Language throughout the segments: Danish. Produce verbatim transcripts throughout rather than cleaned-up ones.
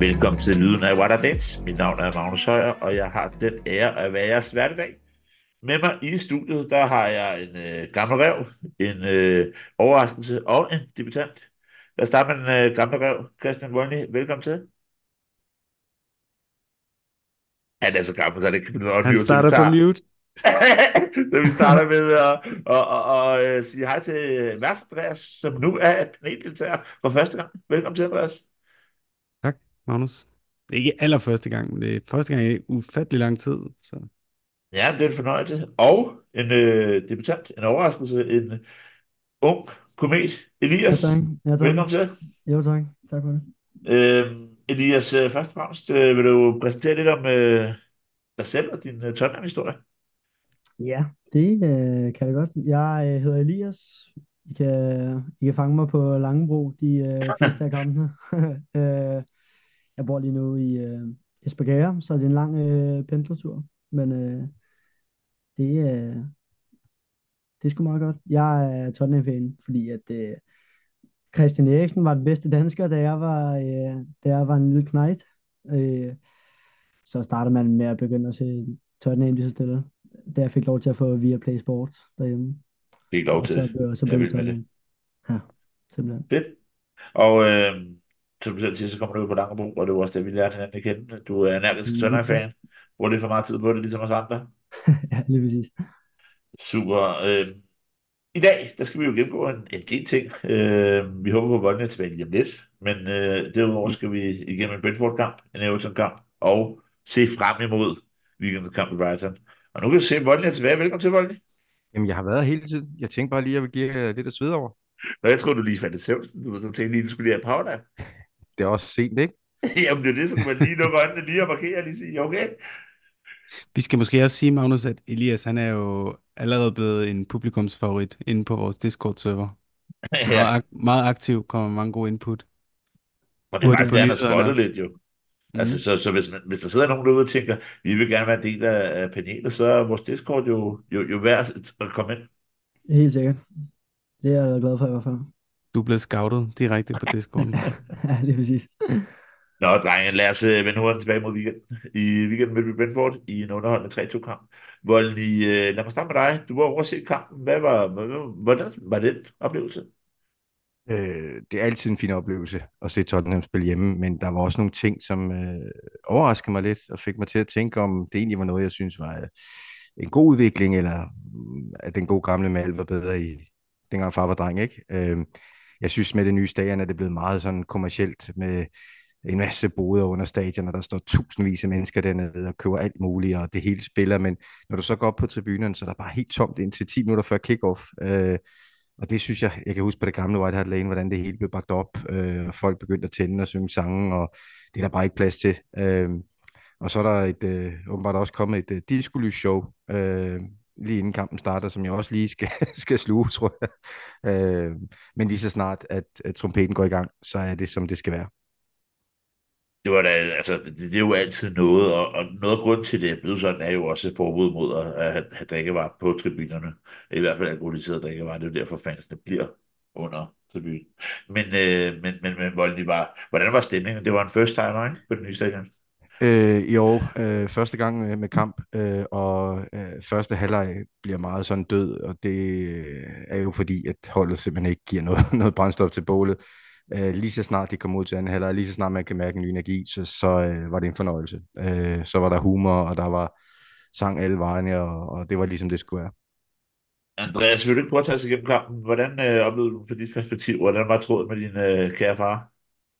Velkommen til Lyden af What Dance. Mit navn er Magnus Højer, og jeg har den ære at være jeres vært i dag. Med mig i studiet, der har jeg en øh, gammel rev, en øh, overraskelse og en debutant. Lad os starte med den øh, gamle rev. Christian Wolny, velkommen til. Han er så gammel, at det kan finde noget Han nyt, så vi starter på tager... mute. så vi starter med at og, og, og, øh, sige hej til Mads Andreas, som nu er paneldeltager for første gang. Velkommen til, Andreas. Tak, Magnus. Det er ikke allerførste gang, men det er første gang i ufattelig lang tid. Så. Ja, det er en fornøjelse. Og en øh, debutant, en overraskelse, en ung komet, Ja, tak. Elias. Ja, tak. Velkommen til. Jo, tak. Tak for det. Øh, Elias, øh, først og fremmest øh, vil du præsentere lidt om øh, dig selv og din øh, Tottenham-historie. Ja, det øh, kan jeg godt. Jeg øh, hedder Elias. I kan, I kan fange mig på Langebro de øh, fleste af kampene. øh, jeg bor lige nu i øh, Espergærde, så det er en lang øh, pendlertur. Men øh, det, øh, det er sgu meget godt. Jeg er Tottenham-fan, fordi at øh, Christian Eriksen var den bedste dansker, da jeg var, øh, da jeg var en lille knejt. Øh, så starter man med at begynde at se Tottenham lige så stille. Da jeg fik lov til at få Viaplay Sport derhjemme. Fik lov Og så til. blev, så Jeg blev det vil med det. Tottenham. Ja, simpelthen. Fedt. Og øh, som du selv siger, så kommer du ud på Langebro, og det var også det, vi lærte hinanden at kende. Du er energisk Mhm. Tottenham-fan. Bruger lidt for meget tid på det, ligesom os andre. Ja, lige præcis. Super. Øh, I dag, der skal vi jo gennemgå en, en del ting. Øh, vi håber på, at Volden er tilbage lige om lidt. Men øh, derudover skal vi igennem en Brentford-kamp, en Everton-kamp, og se frem imod weekendens kamp i Brighton. Og nu kan du se, at Volden er tilbage. Velkommen til, Volden. Jamen, jeg har været her hele tiden. Jeg tænkte bare lige, at jeg vil give jer lidt at svede over. Nå, jeg troede, du lige fandt det selv. Du, du tænkte lige, du skulle lige have power nap. Det er også sent, ikke? Jamen, det er det, så kan man lige lukke øjnene lige og markere og lige sige, okay. Vi skal måske også sige, Magnus, at Elias, han er jo allerede blevet en publikumsfavorit inde på vores Discord-server. Ja, Meget, ak- meget aktiv, kommer mange gode input. og det er Hurtigt faktisk på det, han har nyhederne skrottet også. lidt jo. Altså, Mm. så, så hvis, man, hvis der sidder nogen derude og tænker, vi vil gerne være en del af, af panelet, så er vores Discord jo, jo, jo værd at komme ind. Helt sikkert. Det er jeg glad for i hvert fald. Du er blevet scoutet direkte på Discorden. Ja, lige præcis. Nå, drenge, lad os øh, vende hovedet tilbage mod weekenden. I weekenden mødte vi Brentford i en underholdende tre to-kamp. Volden i, øh, lad mig starte med dig. Du var over at se kampen. Hvad var, hvad- hvordan var den oplevelse? Øh, det er altid en fin oplevelse at se Tottenham spille hjemme, men der var også nogle ting, som øh, overraskede mig lidt og fik mig til at tænke om, det egentlig var noget, jeg synes var øh, en god udvikling, eller mm, at den gode gamle Mal var bedre i dengang far var dreng, ikke? Øh, jeg synes med det nye stadion er det blevet meget sådan kommercielt med en masse boder under stadion, og der står tusindvis af mennesker dernede og køber alt muligt, og det hele spiller, men når du så går op på tribunerne, så er der bare helt tomt indtil ti minutter før kickoff. Øh, og det synes jeg, jeg kan huske på det gamle White Hart Lane, hvordan det hele blev bagt op, øh, og folk begyndte at tænde og synge sange, og det er der bare ikke plads til. Øh, og så er der et, øh, åbenbart også kommet et øh, discolys-show, øh, lige inden kampen starter, som jeg også lige skal, skal sluge, tror jeg. Øh, men lige så snart, at, at trompeten går i gang, så er det, som det skal være. Det var da, altså, det, det er jo altid noget, og, og noget af grund til det er blevet sådan, er jo også et forbud mod at, at have, have drikkevarer på tribunerne. I hvert fald alkoholiseret drikkevarer. Det er jo derfor, fansene bliver under tribunen. Men, øh, men, men, men Volden, var, hvordan var stemningen? Det var en first timer, ikke? På den nye stadion. Øh, i år, øh, første gang øh, med kamp, øh, og øh, første halvleg bliver meget sådan død, og det er jo fordi, at holdet simpelthen ikke giver noget, noget brændstof til bålet. Øh, lige så snart de kom ud til anden halvleg, lige så snart man kan mærke en ny energi, så, så øh, var det en fornøjelse. Øh, så var der humor, og der var sang alle vejene, og, og det var ligesom det skulle være. Andreas, vil du ikke prøve at tage os igennem kampen? Hvordan øh, oplevede du fra dit perspektiv? Hvordan var tråden med din øh, kære far?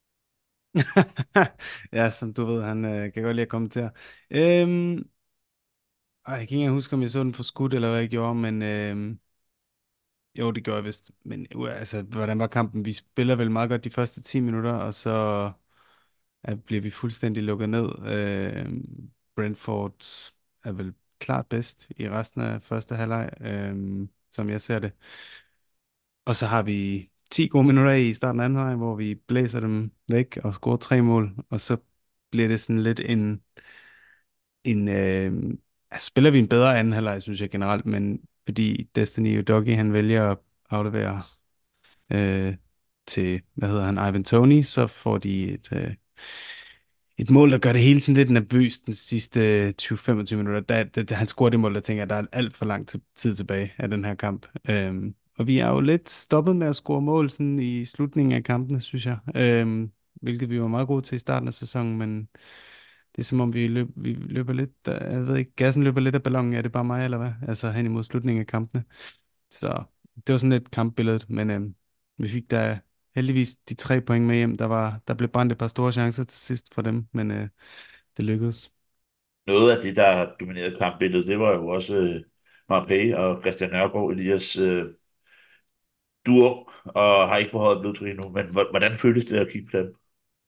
Ja, som du ved, han øh, kan godt lide at kommentere. Øhm, ej, jeg kan ikke engang huske, om jeg så den for skudt, eller hvad jeg gjorde, men øhm, jo, det gjorde jeg vist. Men uh, altså, hvordan var kampen? Vi spiller vel meget godt de første ti minutter, og så uh, bliver vi fuldstændig lukket ned. Uh, Brentford er vel klart bedst i resten af første halvleg, uh, som jeg ser det. Og så har vi ti gode minutter i starten af anden halvleg, hvor vi blæser dem væk og scorer tre mål, og så bliver det sådan lidt en, en uh, altså, spiller vi en bedre anden halvleg, synes jeg generelt, men fordi Destiny Udogie, han vælger at aflevere øh, til, hvad hedder han, Ivan Toney, så får de et, øh, et mål, der gør det hele sådan lidt nervøst den sidste tyve til femogtyve minutter. Da, da, da han scorer det mål, der tænker jeg, at der er alt for lang tid tid tilbage af den her kamp. Øhm, og vi er jo lidt stoppet med at score mål sådan i slutningen af kampene, synes jeg. Øhm, hvilket vi var meget gode til i starten af sæsonen, men det er som om, vi, løb, vi løber lidt, øh, jeg ved ikke, gassen løber lidt af ballonen. Er det bare mig, eller hvad? Altså hen imod slutningen af kampene. Så det var sådan lidt kampbilledet, men øhm, vi fik da heldigvis de tre point med hjem. Der var, der blev brændt et par store chancer til sidst for dem, men øh, det lykkedes. Noget af det, der dominerede kampbilledet, det var jo også øh, Marpé og Christian Nørgaard, Elias øh, duo, og har ikke forhøjet blodtryk endnu, men hvor- hvordan føltes det at kigge på dem?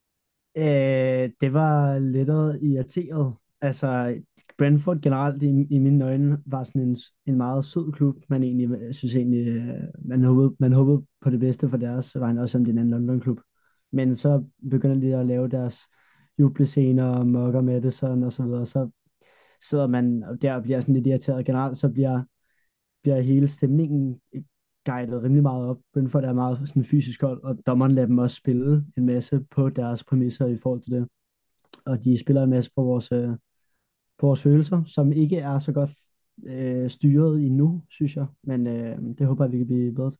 Øh, det var lidt irriteret. Altså, Brentford generelt i, i mine øjne var sådan en, en meget sød klub. Man egentlig, jeg synes egentlig, øh, man håbede, man håbede på det bedste for deres vegne, også som den anden London-klub. Men så begynder de at lave deres jublescener og mokker med det sådan og så videre. Så sidder man der og bliver sådan lidt irriteret. Generelt så bliver, bliver hele stemningen guidet rimelig meget op. Brentford er meget sådan fysisk hold, og dommeren lader dem også spille en masse på deres præmisser i forhold til det. Og de spiller en masse på vores, øh, på vores følelser, som ikke er så godt øh, styret endnu, synes jeg. Men øh, det håber jeg, vi kan blive bedre til.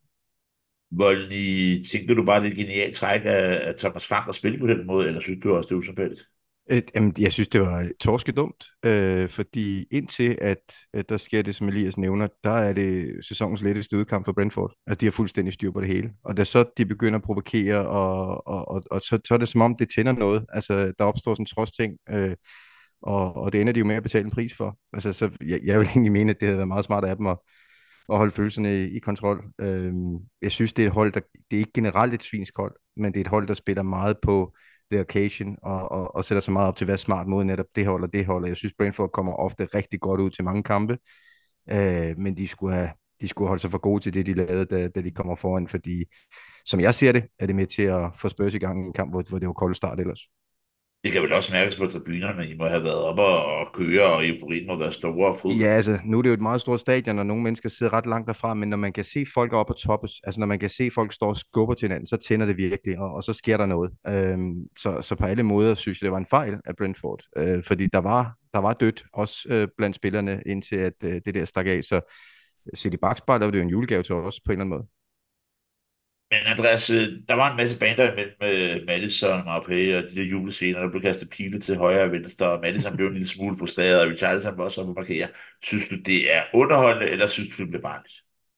Volny, tænker du bare, det er et genialt træk af, af Thomas Frank at spille på den måde, eller synes du også, det er usympatisk? Et, jamen, jeg synes, det var torskedumt, øh, fordi indtil at, at der sker det, som Elias nævner, der er det sæsonens letteste udkamp for Brentford. Altså, de har fuldstændig styr på det hele. Og da så de begynder at provokere, og, og, og, og så, så er det som om, det tænder noget. Altså, der opstår sådan en trodsting, øh, og, og det ender de jo med at betale en pris for. Altså, så jeg, jeg vil egentlig mene, at det havde været meget smart af dem at, at holde følelserne i, i kontrol. Øh, jeg synes, det er et hold, der, det er ikke generelt et svinsk hold, men det er et hold, der spiller meget på the occasion, og, og, og sætter sig meget op til at være smart mod netop det hold og det hold. Og jeg synes, Brentford kommer ofte rigtig godt ud til mange kampe, øh, men de skulle have de skulle holde sig for gode til det, de lavede, da, da de kommer foran, fordi som jeg ser det, er det med til at få Spurs i gang i en kamp, hvor, hvor det var kold start ellers. Det kan vel også mærkes på tribunerne, I må have været oppe og, og køre, og euforien må være store og Ja, fodbold. altså, nu er det jo et meget stort stadion, og nogle mennesker sidder ret langt derfra, men når man kan se folk oppe på toppes, altså når man kan se folk står og skubber til hinanden, så tænder det virkelig, og, og så sker der noget. Øhm, så, så på alle måder synes jeg, det var en fejl af Brentford, øh, fordi der var, der var dødt, også øh, blandt spillerne, indtil at øh, det der stak af, så set i bakspejl, der var det jo en julegave til os på en eller anden måde. Men Andreas, øh, der var en masse bander imellem med Madison og Marpé og de der julescener, der blev kastet pile til højre og venstre, og Madison blev en lille smule frustreret, og Richarlison var også oppe at markere. Synes du, det er underholdende, eller synes du, det bliver barnligt?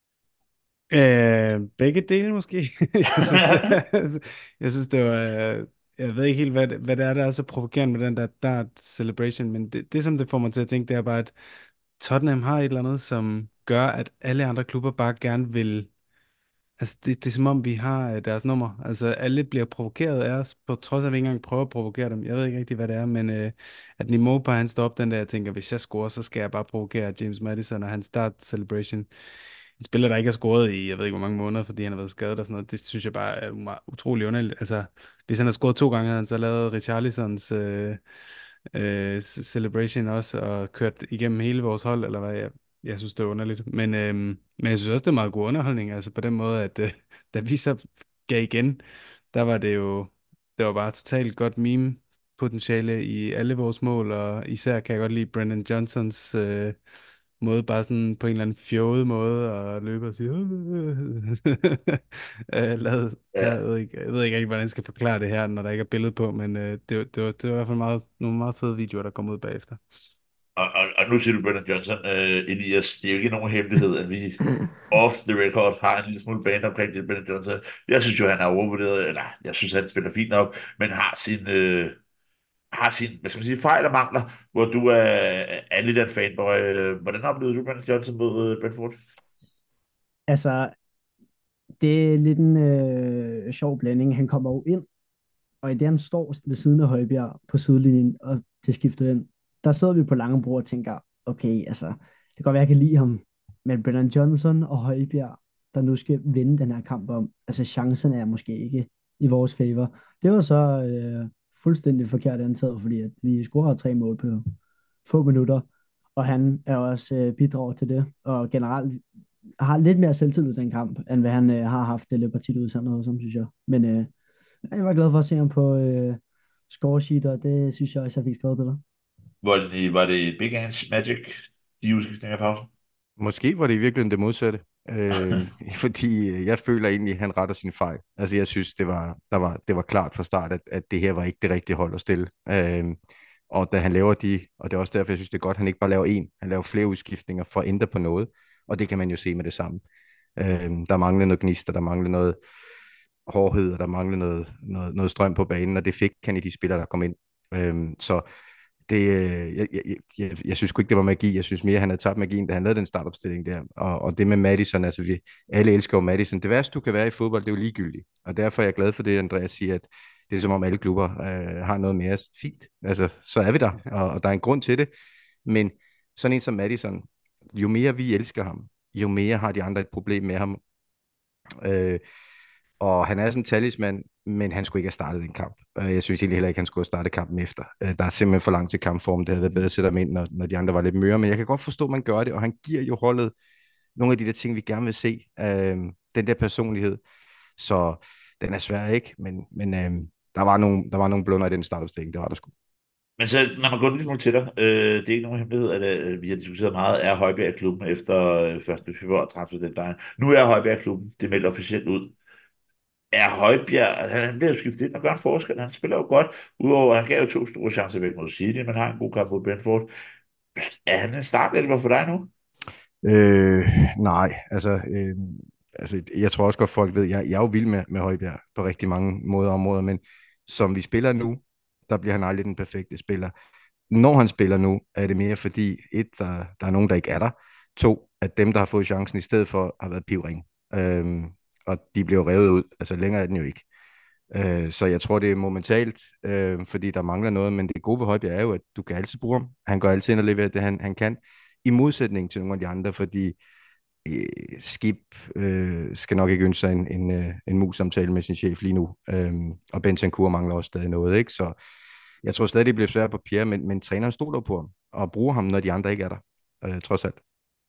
Øh, begge dele måske. Jeg synes, jeg synes det var, øh, jeg ved ikke helt, hvad, det- hvad det er, der er så provokerende med den der dart celebration, men det, det, som det får mig til at tænke, det er bare, at Tottenham har et eller andet, som gør, at alle andre klubber bare gerne vil. Altså, det, det er som om, vi har øh, deres nummer. Altså, alle bliver provokeret af os, på trods af, at vi ikke engang prøver at provokere dem. Jeg ved ikke rigtig, hvad det er, men øh, at Nimopa, han står op den der, jeg tænker, hvis jeg scorer, så skal jeg bare provokere James Maddison og hans start celebration. En spiller, der ikke har scoret i, jeg ved ikke, hvor mange måneder, fordi han har været skadet og sådan noget, det synes jeg bare er uma- utrolig underligt. Altså, hvis han har scoret to gange, havde han så lavet Richarlisons øh, øh, celebration også, og kørt igennem hele vores hold, eller hvad, jeg, jeg synes, det er underligt. Men, øh, men jeg synes også, det er meget god underholdning, altså på den måde, at øh, da vi så gav igen, der var det jo, det var bare totalt godt meme potentiale i alle vores mål, og især kan jeg godt lide Brendan Johnsons øh, måde, bare sådan på en eller anden fjollet måde, at løbe og sige, øh, lad, Ja. jeg, ved ikke, jeg ved ikke rigtig, hvordan jeg skal forklare det her, når der ikke er billede på, men øh, det, var- det, var, det var i hvert fald meget, nogle meget fede videoer, der kom ud bagefter. Og, og, og nu siger du Brendan Johnson, øh, Elias, det er jo ikke nogen hemmelighed, at vi off the record har en lille smule bane omkring det Brendan Johnson. Jeg synes jo, han er overvurderet, eller jeg synes, han spiller fint nok, men har sin, øh, har sin, hvad skal man sige, fejl og mangler, hvor du er, er lidt af en fanboy. Øh, Hvordan oplevede du Brendan Johnson mod øh, Brentford? Altså, det er lidt en øh, sjov blanding. Han kommer jo ind, og i det han står ved siden af Højbjerg på sidelinjen, og det skifter ind, der sidder vi på Langebro og tænker, okay, altså, det kan godt være, jeg kan lide ham, men Brennan Johnson og Højbjerg, der nu skal vinde den her kamp om, altså chancen er måske ikke i vores favor. Det var så øh, fuldstændig forkert antaget, fordi at vi scorer tre mål på få minutter, og han er også øh, bidrager til det, og generelt har lidt mere selvtillid i den kamp, end hvad han øh, har haft det lidt partiet ud sådan noget, som synes jeg. Men øh, jeg var glad for at se ham på, øh, scoresheet, og det synes jeg også, jeg fik skrevet til dig. Var det, var det Big Ants Magic, de udskiftninger i pausen? Måske var det i virkeligheden det modsatte. Øh, fordi øh, jeg føler egentlig, at han retter sin fejl. Altså jeg synes, det var, der var, det var klart fra start, at, at det her var ikke det rigtige hold at stille. Øh, og da han laver de, og det er også derfor, jeg synes, det er godt, at han ikke bare laver en, han laver flere udskiftninger for at ændre på noget. Og det kan man jo se med det samme. Øh, der manglede noget gnist, og der manglede noget hårdhed, og der manglede noget, noget, noget strøm på banen, og det fik han i de spillere, der kom ind. Øh, så det, øh, jeg, jeg, jeg, jeg synes sgu ikke, det var magi. Jeg synes mere, han havde tabt magien, da han lavede den startopstilling der. Og, og det med Madison, altså vi alle elsker jo Madison. Det værste, du kan være i fodbold, det er jo ligegyldigt. Og derfor er jeg glad for det, Andreas siger, at det er som om alle klubber øh, har noget mere fint. Altså, så er vi der, og, og der er en grund til det. Men sådan en som Madison, jo mere vi elsker ham, jo mere har de andre et problem med ham. Øh, og han er sådan en talisman, men han skulle ikke have startet den kamp. Øh, Jeg synes egentlig heller ikke, han skulle have startet kampen efter. Øh, Der er simpelthen for langt til kampform. Det havde været bedre at sætte ham ind, når, når de andre var lidt møre. Men jeg kan godt forstå, at man gør det, og han giver jo holdet nogle af de der ting, vi gerne vil se. Øh, den der personlighed. Så den er svær, ikke? Men, men øh, der var nogle, der var nogle blunder i den startopstilling. Det var der sgu. Men så, når man går lidt smule til dig, øh, det er ikke nogen hemmelighed, at øh, vi har diskuteret meget, er Højbjerg klubben efter øh, første februar transfer deadline. Nu er Højbjerg klubben, det er meldt officielt ud. Er Højbjerg, han, han bliver jo skiftet ind og gør en forskel, han spiller jo godt, udover at han gav jo to store chancer væk mod City, men har en god kamp mod Brentford. Er han en startelver for dig nu? Øh, nej, altså, øh, altså, jeg tror også godt, folk ved, jeg, jeg er jo vild med, med Højbjerg på rigtig mange måder og områder, men som vi spiller nu, der bliver han aldrig den perfekte spiller. Når han spiller nu, er det mere fordi, et, der, der er nogen, der ikke er der. To, at dem, der har fået chancen i stedet for, har været pivring. Øhm, og de bliver revet ud. Altså længere er den jo ikke. Øh, så jeg tror, det er momentalt, øh, fordi der mangler noget. Men det gode ved Højbjerg er jo, at du kan altid bruge ham. Han går altid ind og leverer det, han, han kan. I modsætning til nogle af de andre, fordi øh, Skip øh, skal nok ikke ønske sig en, en, øh, en mus-samtale med sin chef lige nu. Øhm, og Bentancur mangler også stadig noget, ikke? Så jeg tror stadig, det bliver svært på Pierre, men, men træneren stoler på ham og bruger ham, når de andre ikke er der, øh, trods alt.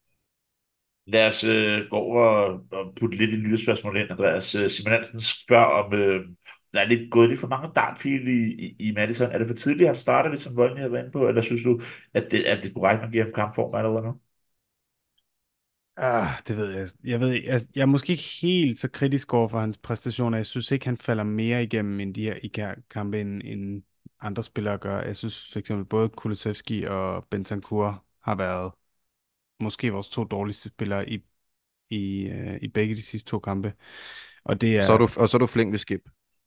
Lad os øh, gå over og, og putte lidt i lyttespørgsmål ind, Andreas. Øh, Simon Hansen spørger, om øh, der er lidt gået lidt for mange dartpile i, i, i Madison. Er det for tidligt, at han starter lidt, som Volden har været inde på, eller synes du, at det, at det er korrekt, man giver ham kampform allerede nu? Ah, det ved jeg. Jeg ved, jeg, jeg er måske ikke helt så kritisk over for hans præstationer. Jeg synes ikke, han falder mere igennem end de her I K kampe, end, end andre spillere gør. Jeg synes for eksempel både Kulusevski og Bentancur har været måske vores to dårligste spillere i, i, øh, i begge de sidste to kampe. Og det Og så er er, du, og så er du flink ved Skip.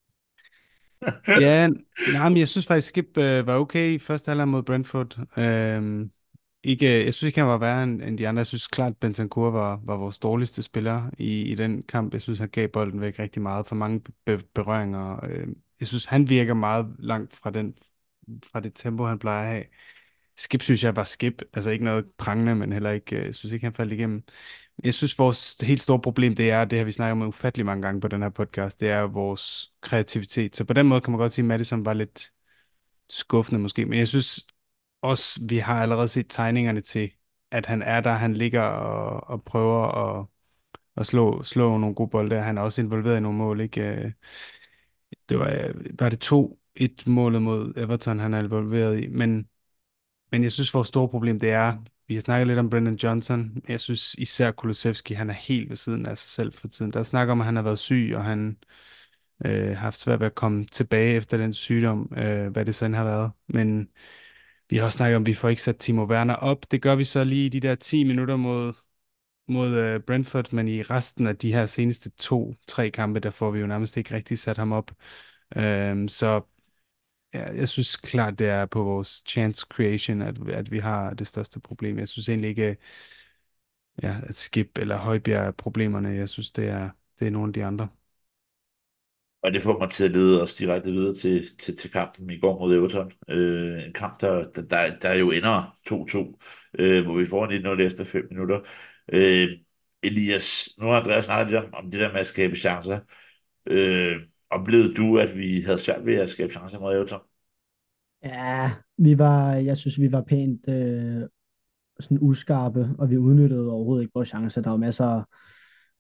ja, nej, men jeg synes faktisk, Skip øh, var okay i første halvleg mod Brentford. Øhm, ikke, jeg synes ikke, han var værre end, end de andre. Jeg synes klart, Bentancur var, var vores dårligste spiller i, i den kamp. Jeg synes, han gav bolden væk rigtig meget for mange be- berøringer. Øhm, jeg synes, han virker meget langt fra, den, fra det tempo, han plejer at have. Skip synes jeg var Skip. Altså ikke noget prangende, men heller ikke, øh, jeg synes ikke, han faldt igennem. Jeg synes, vores helt store problem, det er, det har vi snakket om ufattelig mange gange på den her podcast, det er vores kreativitet. Så på den måde kan man godt sige, at Madison var lidt skuffende måske, men jeg synes også, vi har allerede set tegningerne til, at han er der, han ligger og, og prøver at, at slå, slå nogle gode bolde. Han er også involveret i nogle mål, ikke? Øh, Det var, øh, var det to et målet mod Everton, han er involveret i, men men jeg synes, vores store problem, det er, vi har snakket lidt om Brendan Johnson, men jeg synes især Kulusevski, han er helt ved siden af sig selv for tiden. Der snakker om, at han har været syg, og han øh, har haft svært ved at komme tilbage efter den sygdom, øh, hvad det så end har været. Men vi har også snakket om, at vi får ikke sat Timo Werner op. Det gør vi så lige i de der ti minutter mod, mod øh, Brentford, men i resten af de her seneste to-tre kampe, der får vi jo nærmest ikke rigtig sat ham op. Øh, så Ja, jeg synes klart, det er på vores chance creation, at, at vi har det største problem. Jeg synes egentlig ikke, ja, at Skip eller Højbjerg er problemerne. Jeg synes, det er, det er nogle af de andre. Og det får mig til at lede os direkte videre til, til, til kampen i går mod Everton. Øh, en kamp, der, der, der, der jo ender to-to, øh, hvor vi får en et nul efter fem minutter. Øh, Elias, nu har Andreas snakket lidt om, om det der med at skabe chancer. Øh, oplevede du, at vi havde svært ved at skabe chancer mod Everton? Ja, vi var, jeg synes, vi var pænt øh, sådan uskarpe, og vi udnyttede overhovedet ikke vores chancer. Der var masser af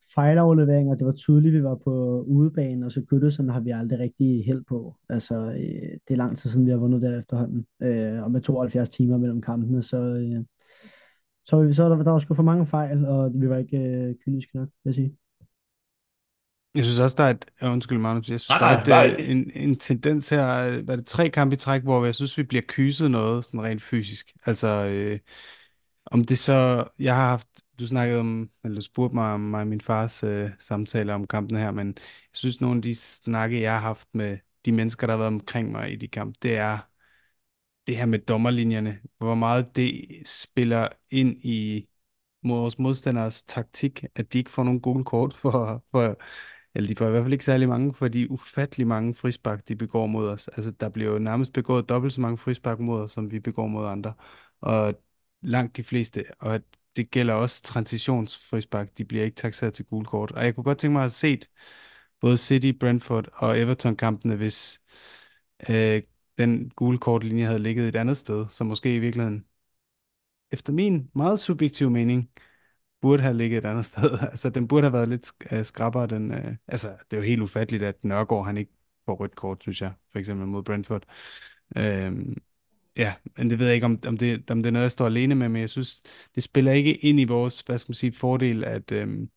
fejlafleveringer. Det var tydeligt, at vi var på udebane, og så Goodison har vi aldrig rigtig held på. Altså, øh, det er lang tid siden, vi har vundet der efterhånden. Øh, og med tooghalvfjerds timer mellem kampene, så, øh, så, var vi- så var der, der var sgu for mange fejl, og vi var ikke øh, kyniske nok, vil jeg sige. Jeg synes også, der er et, øh, undskyld Magnus, jeg synes, Nej, der er nej, et, bare øh, ikke. en, en tendens her, øh, hvad er det, tre kampe i træk, hvor jeg synes, vi bliver kyset noget, sådan rent fysisk. Altså, øh, om det så, jeg har haft, du snakkede om, eller du spurgte mig om mig og min fars øh, samtaler om kampen her, men jeg synes, nogle af de snakke, jeg har haft med de mennesker, der har været omkring mig i de kampe, det er det her med dommerlinjerne, hvor meget det spiller ind i vores modstanders taktik, at de ikke får nogen gule kort for, for eller de får i hvert fald ikke særlig mange, for de ufattelig mange frispark, de begår mod os. Altså, der bliver jo nærmest begået dobbelt så mange frispark mod os, som vi begår mod andre. Og langt de fleste, og det gælder også transitionsfrispark, de bliver ikke takseret til gule kort. Og jeg kunne godt tænke mig at have set både City, Brentford og Everton-kampene, hvis øh, den gule kortlinje havde ligget et andet sted, så måske i virkeligheden, efter min meget subjektive mening, burde have ligget et andet sted. Altså, den burde have været lidt sk- øh, skrappere. Den, øh, altså, det er jo helt ufatteligt, at Nørgaard, han ikke får rødt kort, synes jeg, for eksempel mod Brentford. Øhm, ja, men det ved jeg ikke, om, om, det, om det er noget, jeg står alene med, men jeg synes, det spiller ikke ind i vores, hvad skal man sige, fordel, at, øhm,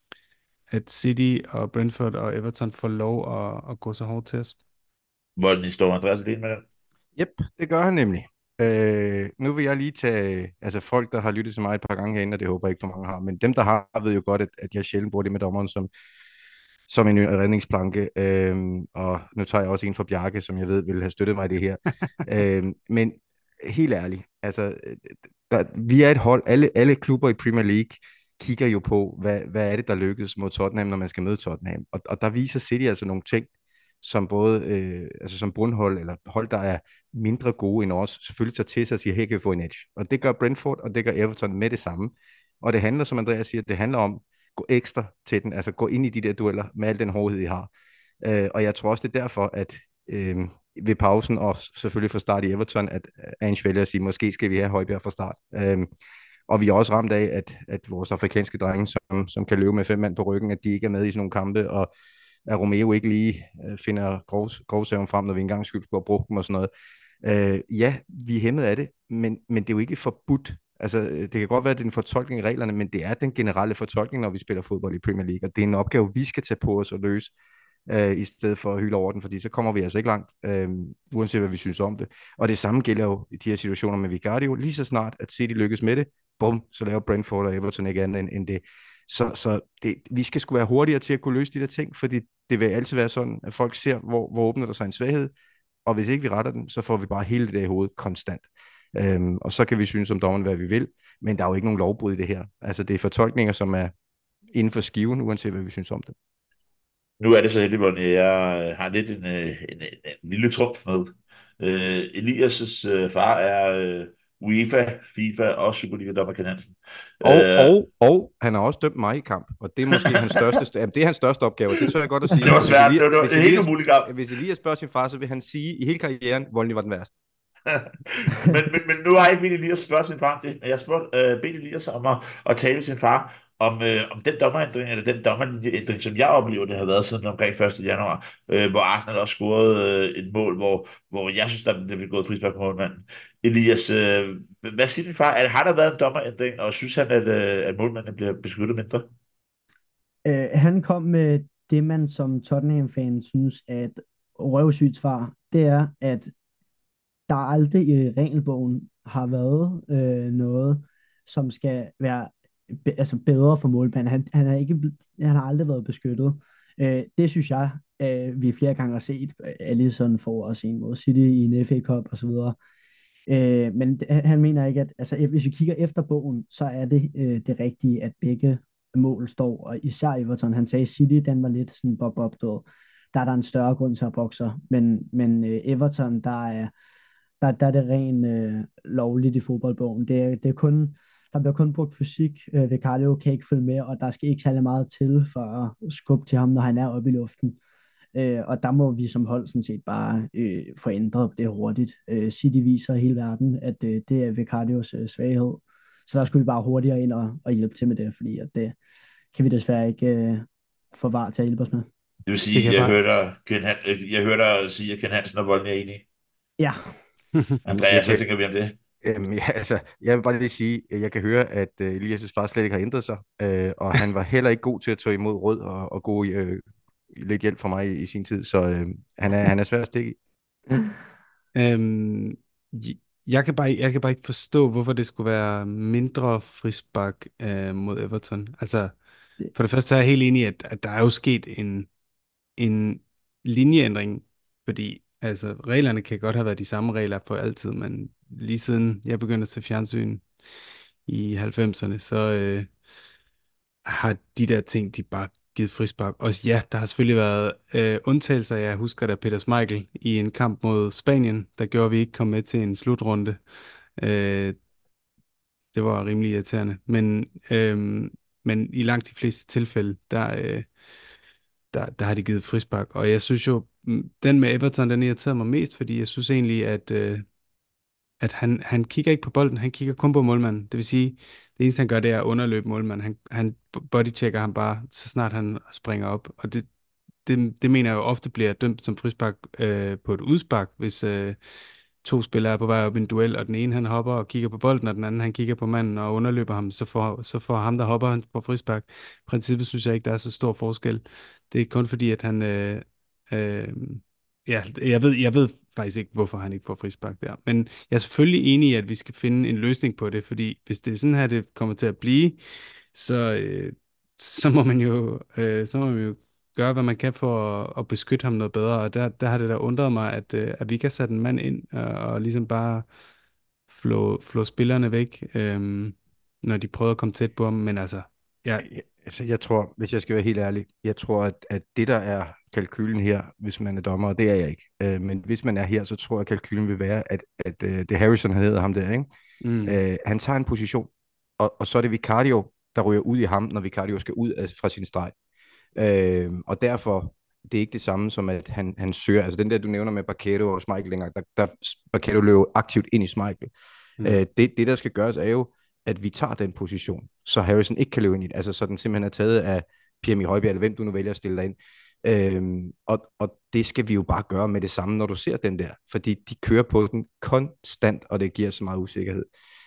at City og Brentford og Everton får lov at, at gå så hårdt til os. Hvordan I står, Andreas, alene med den? Yep, det gør han nemlig. Øh, nu vil jeg lige tage, altså folk, der har lyttet til mig et par gange herinde, og det håber jeg ikke for mange har, men dem, der har, ved jo godt, at, at jeg sjældent bruger det med dommeren som, som en redningsplanke. Øh, og nu tager jeg også en fra Bjarke, som jeg ved vil have støttet mig i det her. Øh, men helt ærligt, altså, der, vi er et hold, alle, alle klubber i Premier League kigger jo på, hvad, hvad er det, der lykkes mod Tottenham, når man skal møde Tottenham. Og, og der viser City altså nogle ting, som både, øh, altså som bundhold, eller hold, der er mindre gode end os, selvfølgelig tager til sig og siger, her kan vi få en edge. Og det gør Brentford, og det gør Everton med det samme. Og det handler, som Andreas siger, det handler om, gå ekstra til den, altså gå ind i de der dueller med al den hårdhed, I har. Øh, og jeg tror også, det er derfor, at øh, ved pausen, og selvfølgelig fra start i Everton, at Ange vælger at sige, måske skal vi have Højbjerg fra start. Øh, og vi er også ramt af, at, at vores afrikanske drenge, som, som kan løbe med fem mand på ryggen, at de ikke er med i sådan nogle kampe, og at Romeo ikke lige øh, finder grov, grovsaven frem, når vi engang skulle have brugt dem og sådan noget. Øh, ja, vi er hæmmet af det, men, men det er jo ikke forbudt. Altså, det kan godt være, at det er en fortolkning af reglerne, men det er den generelle fortolkning, når vi spiller fodbold i Premier League, og det er en opgave, vi skal tage på os og løse, øh, i stedet for at hylde over den, fordi så kommer vi altså ikke langt, øh, uanset hvad vi synes om det. Og det samme gælder jo i de her situationer med Vicario. Lige så snart, at City lykkes med det, bum, så laver Brentford og Everton ikke andet end, end det. Så, så det, vi skal sgu være hurtigere til at kunne løse de der ting, fordi det vil altid være sådan, at folk ser, hvor, hvor åbner der sig en svaghed, og hvis ikke vi retter den, så får vi bare hele det der i hovedet konstant. Øhm, og så kan vi synes om dommeren, hvad vi vil, men der er jo ikke nogen lovbrud i det her. Altså det er fortolkninger, som er inden for skiven, uanset hvad vi synes om det. Nu er det så heldigt, at jeg øh, har lidt en, øh, en, en, en lille trumf med. Øh, Elias' øh, far er øh, UEFA, FIFA og Superliga-dommer Ken Hansen. Og, Øh, og, og han har også dømt mig i kamp, og det er måske hans største, jamen, det er hans største opgave, og det tør jeg godt at sige. det var Hvis svært. Elias, Det var, det hvis var en helt Elias, umulig kamp. hvis Elias spørger sin far, så vil han sige i hele karrieren, Voldny var den værste. men, men, men nu har jeg ikke bedt Elias spørge sin far om det. Jeg har spurgt, øh, bedt Elias om at, at tale sin far om, øh, om den dommerændring, eller den dommerændring, som jeg oplever, det har været siden omkring første januar, øh, hvor Arsenal også scorede øh, et mål, hvor, hvor jeg synes, der, der blev gået frispark på målmanden. Elias, øh, hvad siger din far? Er, har der været en dommerændring, og synes han, at, øh, at målmanden bliver beskyttet mindre? Øh, han kom med det, man som Tottenham-fan synes er et røvsygt svar. Det er, at der aldrig i regelbogen har været øh, noget, som skal være be, altså bedre for målmanden. Han, han, er ikke, han har aldrig været beskyttet. Øh, det synes jeg, øh, vi flere gange har set. Alisson får også en mod City i en F A Cup osv. Øh, men han mener ikke, at altså, hvis vi kigger efter bogen, så er det øh, det rigtige, at begge mål står, og især Everton, han sagde City, den var lidt sådan bob-bob, der er der en større grund til at bokse, men, men øh, Everton, der er der, der er det rent øh, lovligt i fodboldbogen. Det er, det er kun, der bliver kun brugt fysik. Øh, Vicario kan ikke følge med, og der skal ikke særlig meget til for at skubbe til ham, når han er oppe i luften. Øh, og der må vi som hold sådan set bare øh, få ændret det hurtigt. Øh, City viser hele verden, at øh, det er Vicarios øh, svaghed. Så der skulle vi bare hurtigere ind og, og hjælpe til med det, fordi at det, kan vi desværre ikke øh, få var til at hjælpe os med. Det vil Det kan sige, jeg jeg bare... hørte, Ken Han, øh, jeg hørte dig sige, at Ken Hansen og Volden er enige. Ja, Jeg Andreas, hvad kan, tænker vi om det? Øhm, ja, altså, jeg vil bare lige sige, at jeg kan høre, at øh, Elias' far slet ikke har ændret sig, øh, og han var heller ikke god til at tage imod råd og, og god øh, lidt hjælp fra mig i, i sin tid, så øh, han er, han er svær at stikke i. Øhm, j- jeg kan bare, jeg kan bare ikke forstå, hvorfor det skulle være mindre frispark øh, mod Everton. Altså, det, for det første så er jeg helt enig i, at, at der er jo sket en, en linjeændring, fordi altså, reglerne kan godt have været de samme regler for altid, men lige siden jeg begyndte at se fjernsyn i halvfemserne, så øh, har de der ting, de bare givet frispark. Og ja, der har selvfølgelig været øh, undtagelser. Jeg husker da Peter Schmeichel i en kamp mod Spanien, der gjorde, at vi ikke kom med til en slutrunde. Øh, det var rimelig irriterende. Men, øh, men i langt de fleste tilfælde, der, øh, der, der har de givet frispark. Og jeg synes jo, mm, den med Everton, den irriterer mig mest, fordi jeg synes egentlig, at, øh, at han, han kigger ikke på bolden, han kigger kun på målmanden. Det vil sige, det eneste han gør, det er at underløbe målmanden. Han, han bodychecker ham bare, så snart han springer op. Og det, det, det mener jeg jo ofte bliver dømt som frispark øh, på et udspark, hvis øh, to spillere er på vej op i en duel, og den ene han hopper og kigger på bolden, og den anden han kigger på manden og underløber ham, så får, så får ham, der hopper, han på frispark. I princippet synes jeg ikke, der er så stor forskel. Det er kun fordi, at han... Øh, øh, ja, jeg ved, jeg ved faktisk ikke, hvorfor han ikke får frispark der. Men jeg er selvfølgelig enig i, at vi skal finde en løsning på det, fordi hvis det er sådan her, det kommer til at blive, så, øh, så må man jo, øh, så må man jo gøre, hvad man kan for at, at beskytte ham noget bedre. Og der, der har det da undret mig, at, øh, at vi ikke har sat en mand ind og, og ligesom bare flå, flå spillerne væk, øh, når de prøver at komme tæt på ham. Men altså, ja, Jeg, altså, jeg tror, hvis jeg skal være helt ærlig, jeg tror, at, at det, der er kalkylen her, hvis man er dommer, og det er jeg ikke, øh, men hvis man er her, så tror jeg, at kalkylen vil være, at, at øh, det Harrison, han hedder ham der, ikke? mm, Øh, han tager en position, og, og så er det Vicario, der ryger ud i ham, når Vicario skal ud af, fra sin streg. Øh, og derfor, det er ikke det samme som, at han, han søger, altså den der, du nævner med Bakero og Schmeichel længere, der, der Bakero løber aktivt ind i Schmeichel. mm, Øh, det, det, der skal gøres, er jo, at vi tager den position, så Harrison ikke kan løbe ind i det. Altså så den simpelthen er taget af Pierre Højbjerg, eller hvem du nu vælger at stille dig ind. Øhm, og, og det skal vi jo bare gøre med det samme, når du ser den der. Fordi de kører på den konstant, og det giver så meget usikkerhed.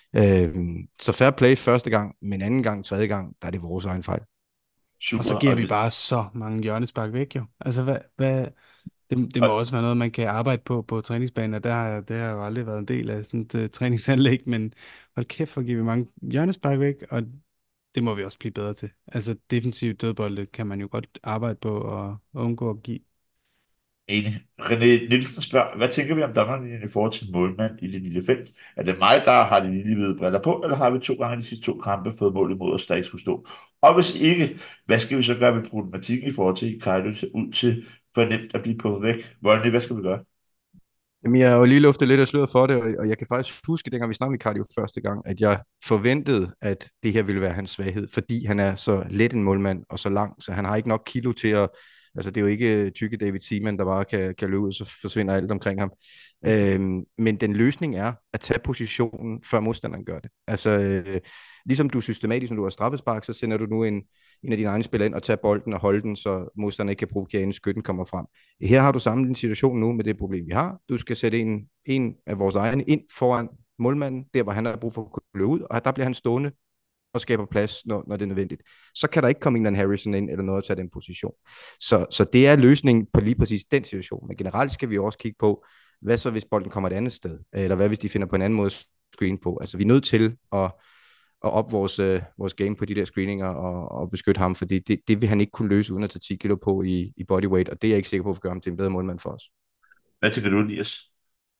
Øhm, så fair play første gang, men anden gang, tredje gang, der er det vores egen fejl. og så Super. giver Og, vi det, bare så mange hjørnespark væk jo. Altså, hvad, hvad, det, det må og, også være noget, man kan arbejde på på træningsbanen, og der har, jeg- det har jo aldrig været en del af sådan et uh, træningsanlæg, men hold kæft, hvor giver vi mange hjørnespark væk, og det må vi også blive bedre til. Altså, defensiv dødbolde kan man jo godt arbejde på og, og undgå at give. enig. René Nielsen spørger, hvad tænker vi om dommerlinjen i forhold til målmand i det lille felt? Er det mig, der har de lille hvide briller på, eller har vi to gange de sidste to kampe fået mål imod os, der ikke skulle stå? Og hvis ikke, hvad skal vi så gøre ved problematikken i forhold til, at Kajdu ser ud til for nemt at blive på væk? Hvordan, hvad skal vi gøre? Jamen, jeg har jo lige luftet lidt af sløret for det, og og jeg kan faktisk huske, dengang vi snakkede med Cardio første gang, at jeg forventede, at det her ville være hans svaghed, fordi han er så let en målmand og så lang, så han har ikke nok kilo til at, altså det er jo ikke tykke David Seaman, der bare kan, kan løbe ud, så forsvinder alt omkring ham. Øhm, men den løsning er at tage positionen, før modstanderen gør det. Altså, øh, ligesom du systematisk, når du har straffespark, så sender du nu en, en af dine egne spillere ind og tager bolden og holder den, så modstanderen ikke kan provokere, inden skytten kommer frem. Her har du samlet en situation nu med det problem, vi har. Du skal sætte en, en af vores egne ind foran målmanden, der hvor han har brug for at kunne løbe ud, og der bliver han stående og skaber plads, når, når det er nødvendigt. Så kan der ikke komme en eller anden Harrison ind eller noget at tage den position. Så, så det er løsningen på lige præcis den situation. Men generelt skal vi også kigge på, hvad så hvis bolden kommer et andet sted? Eller hvad hvis de finder på en anden måde at screen på? Altså vi er nødt til at at op vores, øh, vores game på de der screeninger og, og beskytte ham, fordi det, det vil han ikke kunne løse uden at tage ti kilo på i, i bodyweight, og det er jeg ikke sikker på at gøre ham til en bedre målmand for os. Hvad tænker du, Elias?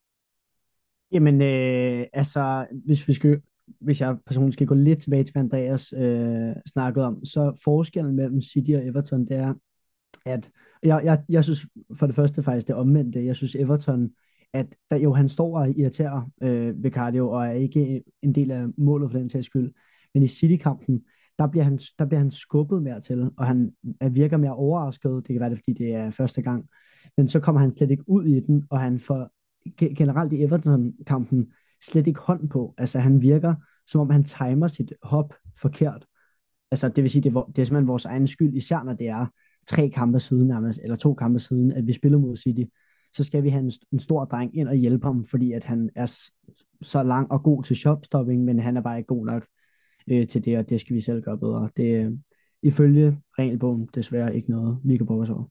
Jamen, øh, altså, hvis vi skal, hvis jeg personligt skal gå lidt tilbage til, hvad Andreas øh, snakkede om, så forskellen mellem City og Everton, det er, at jeg, jeg, jeg synes for det første faktisk det omvendte. Jeg synes Everton, at der, jo, han står og irriterer øh, Vicario, og er ikke en del af målet for den sags skyld. Men i City-kampen, der bliver, han, der bliver han skubbet mere til, og han er, virker mere overrasket. Det kan være det, fordi det er første gang. Men så kommer han slet ikke ud i den, og han får generelt i Everton-kampen slet ikke hånd på. Altså han virker, som om han timer sit hop forkert. Altså, det vil sige, det er, vor- det er simpelthen vores egen skyld, især når det er tre kampe siden nærmest, eller to kampe siden, at vi spiller mod City. Så skal vi have en, en stor dreng ind og hjælpe ham, fordi at han er s- så lang og god til shopstopping, men han er bare ikke god nok øh, til det, og det skal vi selv gøre bedre. Det er øh, ifølge regelbogen desværre ikke noget, vi kan bruge os over.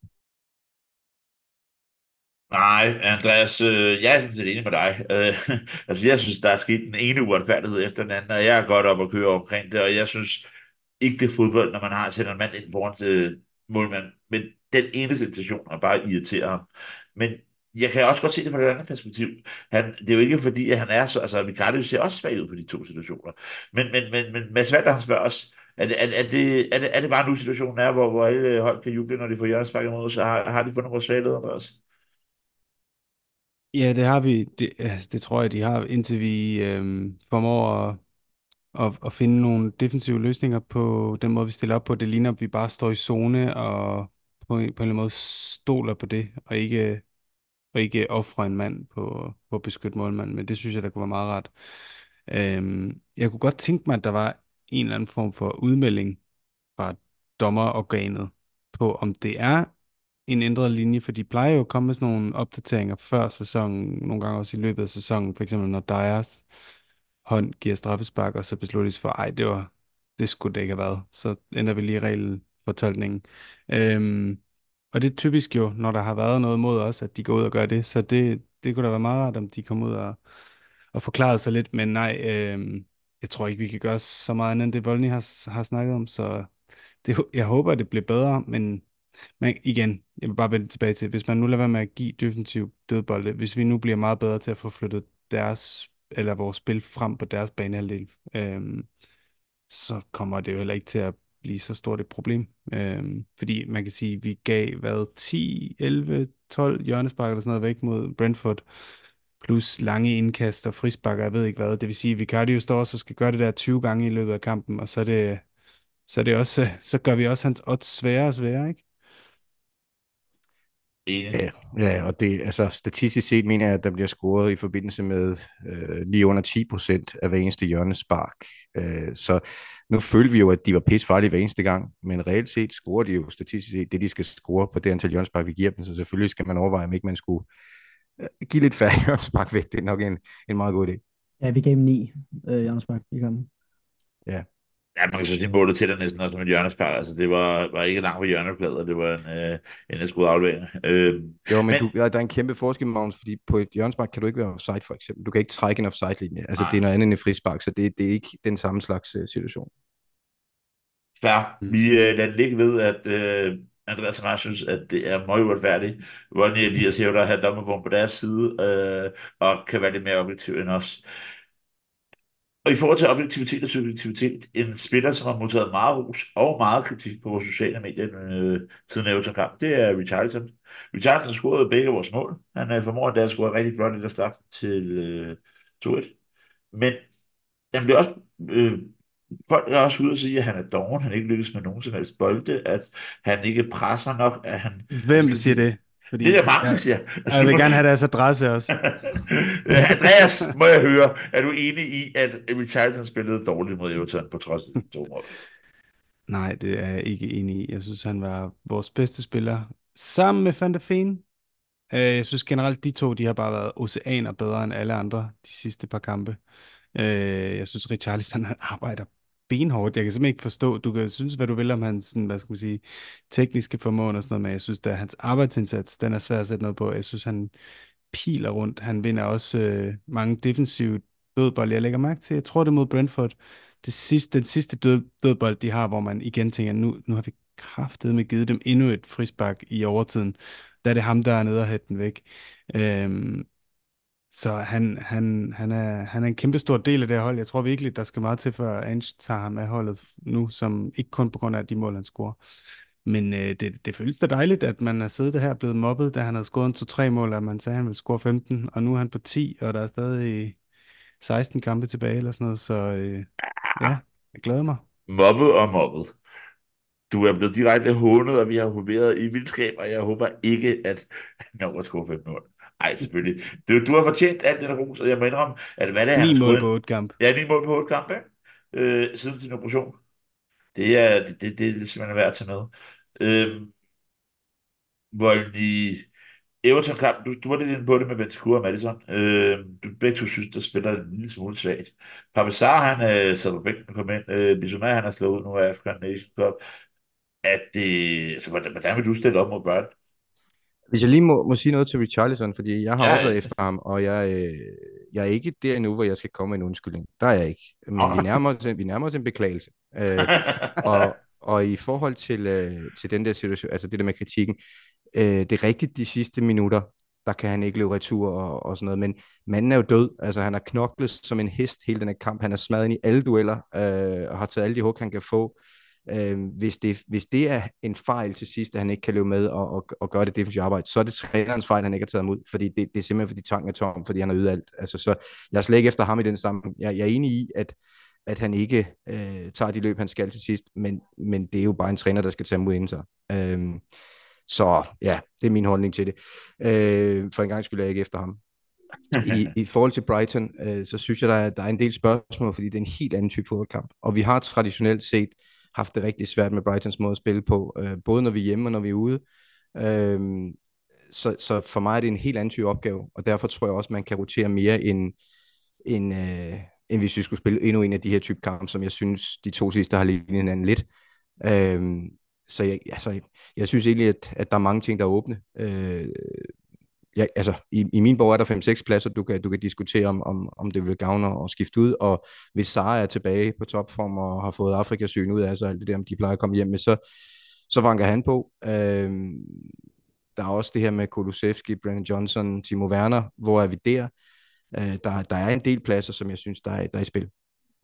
Nej, Andreas, øh, jeg er sådan set enig med dig. Øh, altså, jeg synes, der er sket den ene uretfærdighed efter den anden, og jeg er godt op at køre omkring det, og jeg synes ikke, det er fodbold, når man har sætter en mand ind foran til målmand. Men den ene situation er bare irriterer ham. Men jeg kan også godt se det fra et andet perspektiv. Han, det er jo ikke fordi, at han er så... Altså, Ricardo ser også svag ud på de to situationer. Men, men, men, men Mads Valder, han spørger os, er det, er, er, det, er, det, er det bare nu situationen er, hvor, hvor alle hold kan juble, når de får hjørnespark imod, så har, har de fundet vores svagheder også? Ja, det har vi. Det, altså, det tror jeg, de har, indtil vi øhm, formår at, at, at finde nogle defensive løsninger på den måde, vi stiller op på. Det ligner, at vi bare står i zone og på, en- på en eller anden måde stoler på det, og ikke, og ikke offrer en mand på, på at beskytte målmanden. Men det synes jeg, der kunne være meget rart. Øhm, jeg kunne godt tænke mig, at der var en eller anden form for udmelding fra dommerorganet på, om det er en ændret linje, for de plejer jo at komme med sådan nogle opdateringer før sæsonen, nogle gange også i løbet af sæsonen, for eksempel når Dyers hånd giver straffespark, og så beslutter de sig for, ej, det var, det skulle det ikke have været. Så ændrer vi lige regelfortolkningen. Øhm, og det er typisk jo, når der har været noget mod os, at de går ud og gør det, så det, det kunne da være meget rart, om de kom ud og, og forklarede sig lidt, men nej, øhm, jeg tror ikke, vi kan gøre så meget andet end det, Volny har, har snakket om, så det, jeg håber, det bliver bedre, men men igen, jeg vil bare vende tilbage til, hvis man nu lader være med at give defensiv dødbolde, hvis vi nu bliver meget bedre til at få flyttet deres, eller vores spil frem på deres banehalvdel, øhm, så kommer det jo heller ikke til at blive så stort et problem. Øhm, fordi man kan sige, at vi gav, hvad, ti, elleve, tolv hjørnespark eller sådan noget væk mod Brentford, plus lange indkast og frisparker, jeg ved ikke hvad. Det vil sige, at Vicario står også og skal gøre det der tyve gange i løbet af kampen, og så er det, så er det også, så gør vi også hans odds sværere og sværere, ikke? Enig. Ja, ja, og det, altså statistisk set mener jeg, at der bliver scoret i forbindelse med øh, lige under ti procent af hver eneste hjørnespark. Øh, så nu følte vi jo, at de var pissefarlige hver eneste gang, men reelt set scorer de jo statistisk set det, de skal score på det antal hjørnespark, vi giver dem. Så selvfølgelig skal man overveje, om ikke man skulle øh, give lidt færre hjørnespark væk. Det er nok en, en meget god idé. Ja, vi gav dem ni, øh, Jørgens Bak, i kampen. Ja. Ja, man kan så sige, målet til der næsten også som et hjørnespark. Altså, det var, var ikke langt på hjørneplader. Det var en, øh, en skud aflevering. Øh, Jo, men men, du, ja, der er en kæmpe forskel, Magnus, fordi på et hjørnespark kan du ikke være offside, for eksempel. Du kan ikke trække en offside-linje. Altså, det er nej, noget andet end en frispark, så det, det er ikke den samme slags uh, situation. fair. Mm. Vi øh, lader det ligge ved, at øh, Andreas og jeg synes, at det er meget uretfærdigt. Volny Elias hævder at have dommerbogen på deres side, øh, og kan være lidt mere objektiv end os. Og i forhold til objektivitet og subjektivitet, en spiller, som har modtaget meget ros og meget kritik på vores sociale medier øh, siden Everton-kamp, det er Richarlison. Richarlison scorede begge vores mål. Han øh, formår endda at score rigtig flot i der start til øh, to et. Men han bliver også... Øh, folk er også ude og sige, at han er doven, han ikke lykkes med nogen som helst bolde, at han ikke presser nok, at han... Hvad Hvem skal man siger sige? det? Det er Fordi der mange, der jeg, siger. Altså, jeg nu vil må... gerne have deres adresse også. Andreas, må jeg høre, er du enig i, at Richarlison spillede dårligt mod Everton på trods af de to mål? Nej, det er jeg ikke enig i. Jeg synes, han var vores bedste spiller. Sammen med Van der Ven. Øh, Jeg synes generelt, de to, de har bare været oceaner bedre end alle andre de sidste par kampe. Øh, Jeg synes, Richarlison, han arbejder benhårdt. Jeg kan simpelthen ikke forstå, du kan synes, hvad du vil om hans, sådan, hvad skal man sige, tekniske formåen og sådan noget, men jeg synes, at hans arbejdsindsats, den er svær at sætte noget på. Jeg synes, han piler rundt. Han vinder også øh, mange defensive dødbold. Jeg lægger mærke til, jeg tror det er mod Brentford, det sidste, den sidste død, dødbold, de har, hvor man igen tænker, nu, nu har vi kraftedeme givet dem endnu et frispark i overtiden. Der er det ham, der er nede og hætte den væk. Øhm, så han, han, han, er, han er en kæmpe stor del af det her hold. Jeg tror virkelig, der skal meget til, før Ange tager ham af holdet nu, som ikke kun på grund af de mål, han scorer. Men øh, det, det føles da dejligt, at man er siddet her og blevet mobbet, da han havde scoret en to-tre mål, og man sagde, at han ville score femten, og nu er han på ti, og der er stadig seksten kampe tilbage eller sådan noget, så øh, ja, jeg glæder mig. Mobbet og mobbet. Du er blevet direkte hånet, og vi har hoveret i vildskab, og jeg håber ikke, at han når at score fem mål. Nej, selvfølgelig. Du, du har fortjent alt det der ros, og jeg må indrømme, at hvad det er, han Ni har mål scoret på en... otte kamp. Ja, ni mål på otte kampe, øh, siden sin operation. Det er, det, det, det er simpelthen værd til noget. Øhm, Volny, Everton-kamp, du, du var lidt inde på det med Ventura og Madison. Øhm, du begge to synes, der spiller en lille smule svagt. Pavesar, han øh, sad på bænken og kom ind. Øh, Bissouma, han har slået ud nu af African Nation Cup. At det, altså, hvordan, hvordan vil du stille op mod børn? Hvis jeg lige må, må sige noget til Richarlison, fordi jeg har også Ja, været efter ham, og jeg, øh, jeg er ikke der endnu, hvor jeg skal komme med en undskyldning. Der er jeg ikke. Men vi nærmer os, en- vi nærmer os en beklagelse. Øh, og, og i forhold til, øh, til den der situation, altså det der med kritikken, øh, det er rigtigt de sidste minutter, der kan han ikke løbe retur og, og sådan noget, men manden er jo død. Altså han har knoklet som en hest hele den her kamp. Han er smadret ind i alle dueller, øh, og har taget alle de hug, han kan få. Øh, hvis, det, hvis det er en fejl til sidst, at han ikke kan løbe med og, og, og gøre det defensive arbejde, så er det trænerens fejl, han ikke har taget ham ud, fordi det, det er simpelthen fordi tanken er tom, fordi han har ydet alt. Altså, så jeg er slet ikke efter ham i den sammenhæng. Jeg, jeg er enig i, at, at han ikke øh, tager de løb, han skal til sidst, men, men det er jo bare en træner, der skal tage ham ud inden sig. Øh, så ja, det er min holdning til det. Øh, for en gang skyld er jeg ikke efter ham. I, i forhold til Brighton, øh, så synes jeg, der er, der er en del spørgsmål, fordi det er en helt anden type fodboldkamp. Og vi har traditionelt set haft det rigtig svært med Brightons måde at spille på, øh, både når vi er hjemme og når vi er ude. Øh, så, så for mig er det en helt anden type opgave, og derfor tror jeg også, man kan rotere mere end, end, øh, end hvis vi skulle spille endnu en af de her type kampe, som jeg synes, de to sidste har lignet hinanden lidt. Øh, så jeg, altså, jeg synes egentlig, at, at der er mange ting, der er åbne. Øh, ja, altså, i, i min bog er der fem seks pladser, du kan, du kan diskutere, om, om, om det vil gavne at skifte ud, og hvis Sara er tilbage på topform og har fået Afrikasyn ud af sig, alt det der, om de plejer at komme hjem med, så, så vanker han på. Øhm, der er også det her med Kulusevski, Brennan Johnson, Timo Werner, hvor er vi der? Øh, der, der er en del pladser, som jeg synes, der er, der er i spil.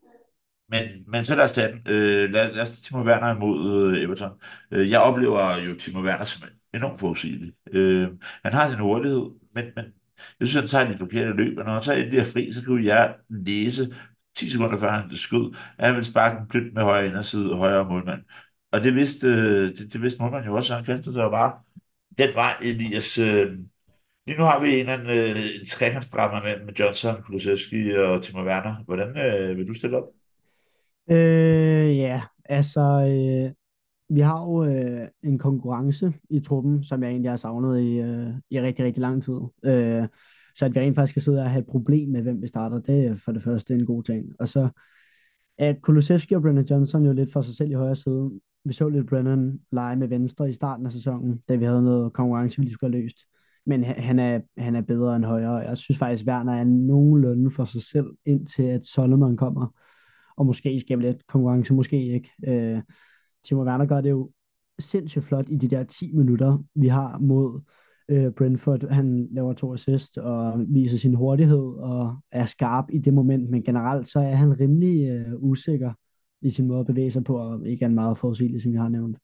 Men, men så lad os tage den. Øh, lad, lad os tage Timo Werner imod øh, Everton. Øh, jeg oplever jo Timo Werner som enormt forudsigelig. Øh, han har sin hurtighed, men, men jeg synes, han tager de forkerte løb, og når han så endelig er fri, så kan jeg læse ti sekunder før han skød, at han vil sparke en pyt med højre inderside og højre målmand. Og det vidste, øh, det, det vidste målmanden jo også, så han kastede sig jo bare den vej, Elias. Øh, lige nu har vi en eller anden øh, en trekantsdrama med, med Johnson, Kulusevski og Timo Werner. Hvordan øh, vil du stille op? Øh, ja, altså, øh, vi har jo øh, en konkurrence i truppen, som jeg egentlig har savnet i, øh, i rigtig, rigtig lang tid. Øh, så at vi rent faktisk skal sidde og have et problem med, hvem vi starter, det er for det første en god ting. Og så at Kulusevski og Brennan Johnson jo lidt for sig selv i højre side. Vi så lidt Brennan lege med venstre i starten af sæsonen, da vi havde noget konkurrence, vi lige skulle have løst. Men ha- han er, han er bedre end højre. Jeg synes faktisk, Werner er nogenlunde for sig selv, indtil at Solomon kommer. Og måske skaber lidt konkurrence, måske ikke. Øh, Timo Werner gør det jo sindssygt flot i de der ti minutter, vi har mod øh, Brentford. Han laver to assist og viser sin hurtighed og er skarp i det moment, men generelt så er han rimelig øh, usikker i sin måde at bevæge sig på, og ikke er meget forudsigelig, som jeg har nævnt.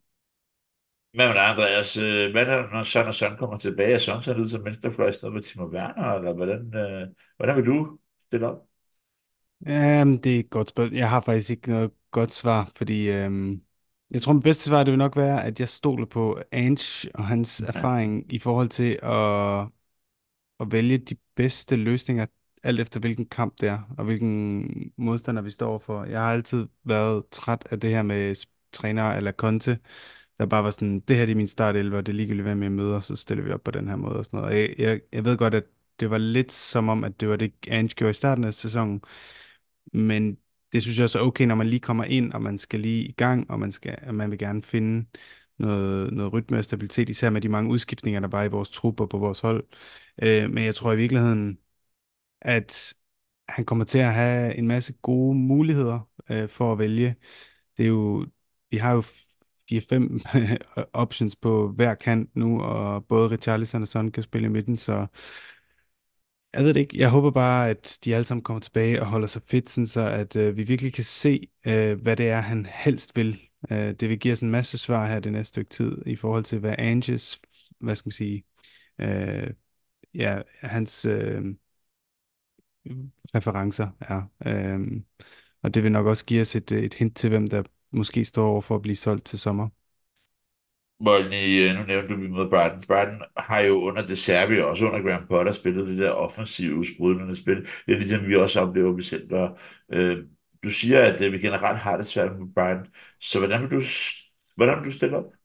Hvad med dig, Andreas? Øh, Hvad er det, når Søren og Søren kommer tilbage? Er Søren taget ud som venstrefløj i stedet for Timo Werner? Eller hvordan, øh, hvordan vil du stille op? Um, det er et godt spørgsmål. Jeg har faktisk ikke noget godt svar, fordi øhm, jeg tror, mit bedste svar det vil nok være, at jeg stoler på Ange og hans Ja. erfaring i forhold til at, at vælge de bedste løsninger, alt efter hvilken kamp det er, og hvilken modstander vi står for. Jeg har altid været træt af det her med s- trænere eller Conte, der bare var sådan, det her det er min startelver, og det er ligegyldigt, hvem jeg møder, så stiller vi op på den her måde og sådan noget. Og Jeg, jeg, jeg ved godt, at det var lidt som om, at det var det, Ange gjorde i starten af sæsonen, men det synes jeg også er okay, når man lige kommer ind, og man skal lige i gang, og man, skal, og man vil gerne finde noget, noget rytme og stabilitet, især med de mange udskiftninger, der var i vores trup og på vores hold. Øh, men jeg tror i virkeligheden, at han kommer til at have en masse gode muligheder øh, for at vælge. Det er jo, vi har jo fire fem options på hver kant nu, og både Richarlison og Son kan spille i midten, så jeg ved det ikke. Jeg håber bare, at de alle sammen kommer tilbage og holder sig fit, sådan så at øh, vi virkelig kan se, øh, hvad det er, han helst vil. Øh, det vil give os en masse svar her det næste stykke tid, i forhold til, hvad Anges, hvad skal man sige, øh, ja, hans øh, præferencer er. Øh, og det vil nok også give os et, et hint til, hvem der måske står over for at blive solgt til sommer. Molny, øh, nu nævnte du, vi mod Brighton. Brighton har jo under det Serbi og også under Graham Potter spillet det der offensive, sprudlende spil. Det er ligesom vi også oplever, vi selv gør. Øh, du siger, at øh, vi generelt har det svært med Brighton. Så hvordan vil du, s- hvordan vil du stille op?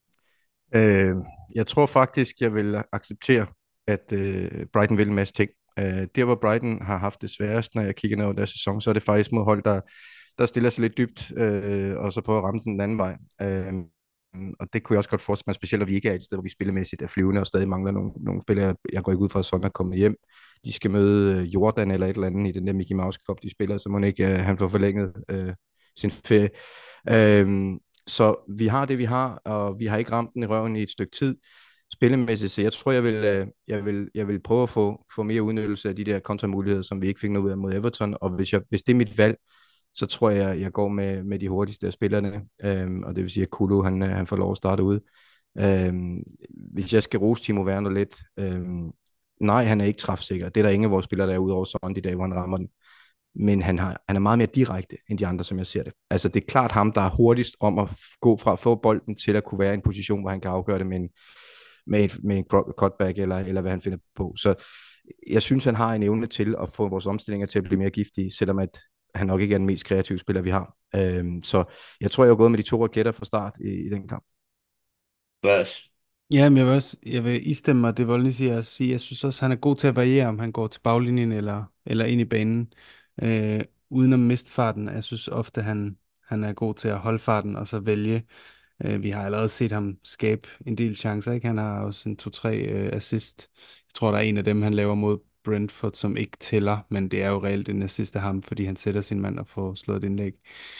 Øh, jeg tror faktisk, jeg vil acceptere, at øh, Brighton vil en masse ting. Øh, der, hvor Brighton har haft det sværest, når jeg kigger ned over deres sæson, så er det faktisk mod hold, der, der stiller sig lidt dybt, øh, og så prøver at ramme den anden vej. Øh, og det kunne jeg også godt forestille mig, specielt at vi ikke er et sted, hvor vi spillemæssigt er flyvende, og stadig mangler nogle, nogle spillere. Jeg går ikke ud fra, at sådan er kommet hjem. De skal møde øh, Jordan eller et eller andet i den der Mickey Mouse Cup, de spiller, så må ikke øh, han får forlænget øh, sin ferie. Øh, så vi har det, vi har, og vi har ikke ramt den i røven i et stykke tid spillemæssigt, så jeg tror, jeg vil, øh, jeg vil, jeg vil prøve at få, få mere udnyttelse af de der kontramuligheder, som vi ikke fik noget ud af mod Everton, og hvis, jeg, hvis det er mit valg, så tror jeg, jeg går med, med de hurtigste af spillerne, øhm, og det vil sige, at Kulu, han, øh, han får lov at starte ud. Øhm, hvis jeg skal rose Timo Werner lidt, øhm, nej, han er ikke træfsikker. Det er der ingen af vores spillere, der er ude over sådan de dage, hvor han rammer den. Men han, har, han er meget mere direkte end de andre, som jeg ser det. Altså, det er klart ham, der er hurtigst om at gå fra at få bolden til at kunne være i en position, hvor han kan afgøre det med en, med, et, med en cutback, eller, eller hvad han finder på. Så jeg synes, han har en evne til at få vores omstillinger til at blive mere giftige, selvom at han nok ikke er den mest kreative spiller, vi har. Øhm, så jeg tror, jeg har gået med de to raketter fra start i, i den kamp. Thras. Ja, men jeg vil også, jeg vil istemme mig det, Voldny siger, at sige, jeg synes også, han er god til at variere, om han går til baglinjen eller, eller ind i banen, øh, uden at miste farten. Jeg synes ofte, han, han er god til at holde farten og så vælge. Øh, vi har allerede set ham skabe en del chancer, ikke? Han har også en to-tre øh, assist. Jeg tror, der er en af dem, han laver mod Brentford, som ikke tæller, men det er jo reelt en assist af ham, fordi han sætter sin mand og får slået et indlæg.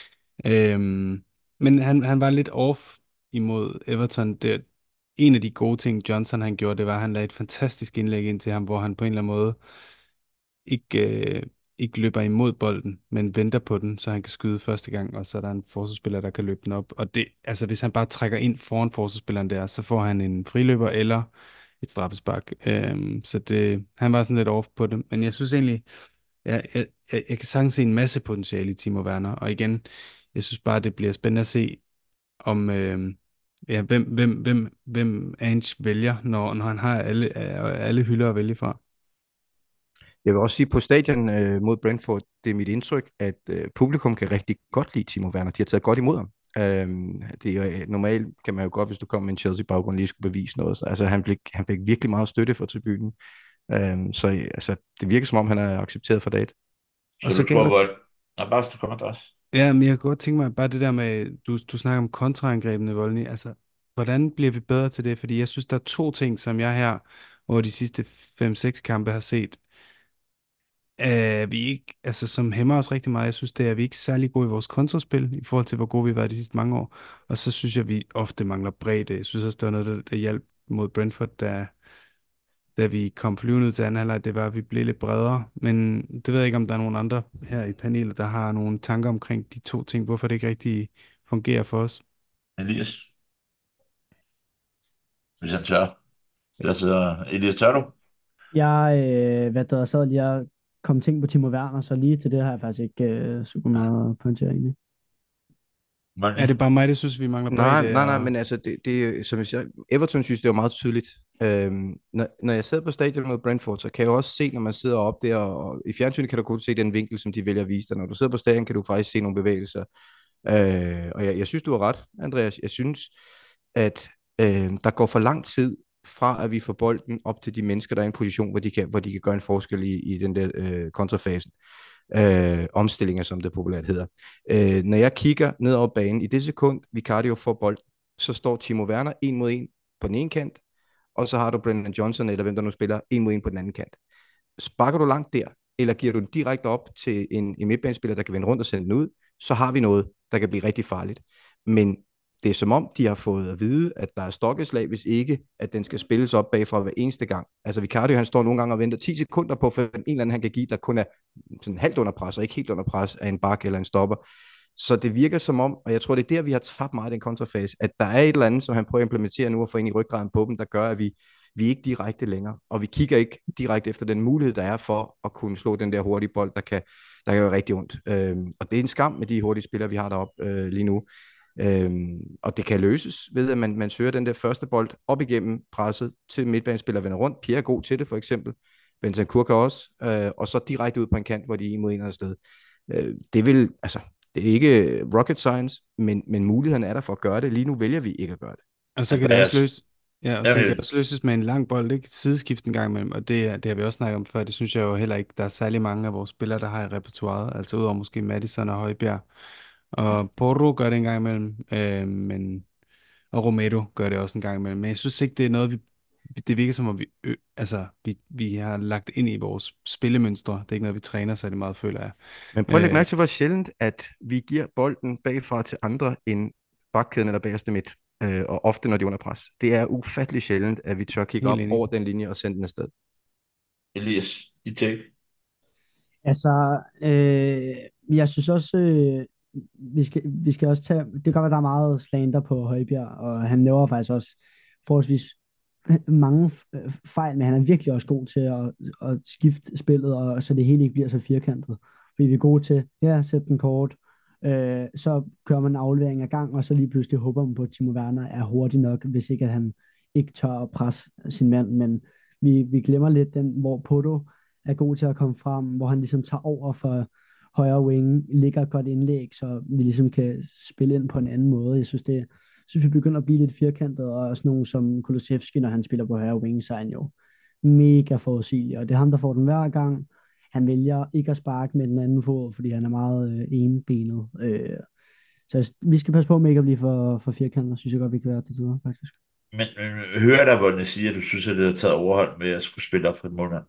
Øhm, men han, han var lidt off imod Everton. Det, en af de gode ting, Johnson han gjorde, det var, at han lagde et fantastisk indlæg ind til ham, hvor han på en eller anden måde ikke, øh, ikke løber imod bolden, men venter på den, så han kan skyde første gang, og så er der en forsvarsspiller, der kan løbe den op. Og det, altså, hvis han bare trækker ind foran forsvarsspilleren der, så får han en friløber eller et straffespark. Øhm, så det, han var sådan lidt off på det. Men jeg synes egentlig, jeg, jeg, jeg, jeg kan sagtens se en masse potentiale i Timo Werner. Og igen, jeg synes bare, det bliver spændende at se, om øh, ja, hvem, hvem, hvem, hvem Ange vælger, når, når han har alle, alle hylder at vælge fra. Jeg vil også sige, på stadion øh, mod Brentford, det er mit indtryk, at øh, publikum kan rigtig godt lide Timo Werner. De har taget godt imod ham. Øhm, det er, øh, normalt kan man jo godt, hvis du kommer med en Chelsea-baggrund, lige skulle bevise noget. Så, altså, han fik, han fik virkelig meget støtte fra tribunen. Øhm, så øh, altså, det virker som om, han er accepteret for dagen. Og Så så du kan jeg tror godt, godt... Nå, bare du kommer, Thras. ja, men jeg kan godt tænke mig bare det der med, du, du snakker om kontraangrebene, Voldny. Altså, hvordan bliver vi bedre til det? Fordi jeg synes, der er to ting, som jeg her over de sidste fem seks kampe har set, Uh, vi ikke, altså, som hæmmer os rigtig meget. Jeg synes, det er, at vi ikke er særlig gode i vores kontraspil, i forhold til, hvor gode vi har været de sidste mange år. Og så synes jeg, at vi ofte mangler bredde. Jeg synes også, det var noget, der, der hjalp mod Brentford, da, da vi kom flyvende ud til anden halvleg. Det var, at vi blev lidt bredere. Men det ved jeg ikke, om der er nogen andre her i panelet, der har nogle tanker omkring de to ting. Hvorfor det ikke rigtig fungerer for os. Elias, hvis han tør. Ellers så... Elias, tør du? Jeg, øh, hvad der sad lige og kom ting på Timo Werner, så lige til det har jeg faktisk ikke øh, super meget at pointere egentlig. Er Molly? det bare mig, der synes, vi mangler Nej, bredde? nej, nej, Og... men altså, det, det, som jeg siger, Everton synes, det var meget tydeligt. Øhm, når, når jeg sidder på stadion mod Brentford, så kan jeg jo også se, når man sidder op der, og, og i fjernsynet kan du kun se den vinkel, som de vælger at vise dig. Når du sidder på stadion, kan du faktisk se nogle bevægelser. Øh, og jeg, jeg synes, du har ret, Andreas. Jeg synes, at øh, der går for lang tid fra, at vi får bolden op til de mennesker, der er i en position, hvor de kan, hvor de kan gøre en forskel i, i den der øh, kontrafasen. Øh, omstillinger, som det populært hedder. Øh, når jeg kigger ned over banen, i det sekund, Vicario får bold, så står Timo Werner en mod en på den ene kant, og så har du Brendan Johnson, eller hvem der nu spiller, en mod en på den anden kant. Sparker du langt der, eller giver du den direkte op til en, en midtbanespiller, der kan vende rundt og sende den ud, så har vi noget, der kan blive rigtig farligt. Men det er som om, de har fået at vide, at der er stokkeslag, hvis ikke, at den skal spilles op bagfra hver eneste gang. Altså Vicario, han står nogle gange og venter ti sekunder på, for en eller anden, han kan give, der kun er sådan halvt under pres, og ikke helt under pres af en bak eller en stopper. Så det virker som om, og jeg tror, det er der, vi har tabt meget i den kontrafase, at der er et eller andet, som han prøver at implementere nu og få ind i ryggraden på dem, der gør, at vi, vi er ikke direkte længere, og vi kigger ikke direkte efter den mulighed, der er for at kunne slå den der hurtige bold, der kan, der kan gøre rigtig ondt. Øhm, og det er en skam med de hurtige spillere, vi har deroppe øh, lige nu. Øhm, og det kan løses ved, at man, man søger den der første bold op igennem presset til midtbanespiller vender rundt. Pierre er god til det, for eksempel. Bentancur kan også. Øh, og så direkte ud på en kant, hvor de er en mod en afsted. Øh, det vil, altså, det er ikke rocket science, men, men muligheden er der for at gøre det. Lige nu vælger vi ikke at gøre det. Og så kan det også Andreas, løse, ja, og så kan det jamen, også løses med en lang bold, ikke? Sideskift en gang imellem, og det, er- det har vi også snakket om før. Det synes jeg jo heller ikke, der er særlig mange af vores spillere, der har i repertoiret, altså udover måske Madison og Højbjerg. Og Porro gør det en gang imellem, øh, men, og Romero gør det også en gang imellem. Men jeg synes ikke, det er noget, vi, det virker som om, vi, ø, altså, vi, vi har lagt ind i vores spillemønstre. Det er ikke noget, vi træner særlig meget, føler jeg. Men prøv at lægge Øh, mærke til, hvor sjældent, at vi giver bolden bagfra til andre end bakkæden eller bagerste midt, øh, og ofte når de er under pres. Det er ufattelig sjældent, at vi tør kigge Helt op enig. over den linje og sende den afsted. Elias, de ting. Altså, øh, jeg synes også, øh, vi skal, vi skal også tage, det kan godt være, der er meget slander på Højbjerg, og han laver faktisk også forholdsvis mange f- fejl, men han er virkelig også god til at, at skifte spillet, og så det hele ikke bliver så firkantet. Fordi vi er gode til, ja, at sætte den kort, øh, så kører man en aflevering af gang, og så lige pludselig håber man på, at Timo Werner er hurtig nok, hvis ikke at han ikke tør at presse sin mand, men vi, vi glemmer lidt den, hvor Poto er god til at komme frem, hvor han ligesom tager over for højre wing, ligger et godt indlæg, så vi ligesom kan spille ind på en anden måde. Jeg synes, det, jeg synes vi begynder at blive lidt firkantet, og også nogen som Kulusevski, når han spiller på højre wing, så er han jo mega forudsigelig, og det er ham, der får den hver gang. Han vælger ikke at sparke med den anden fod, fordi han er meget øh, enbenet. Øh, så jeg- vi skal passe på med ikke at blive for, for firkantet, synes jeg godt, vi kan være til tider, faktisk. Men øh, hører dig, hvordan jeg siger, at du synes, at det har taget overhånd med at skulle spille op for en måned?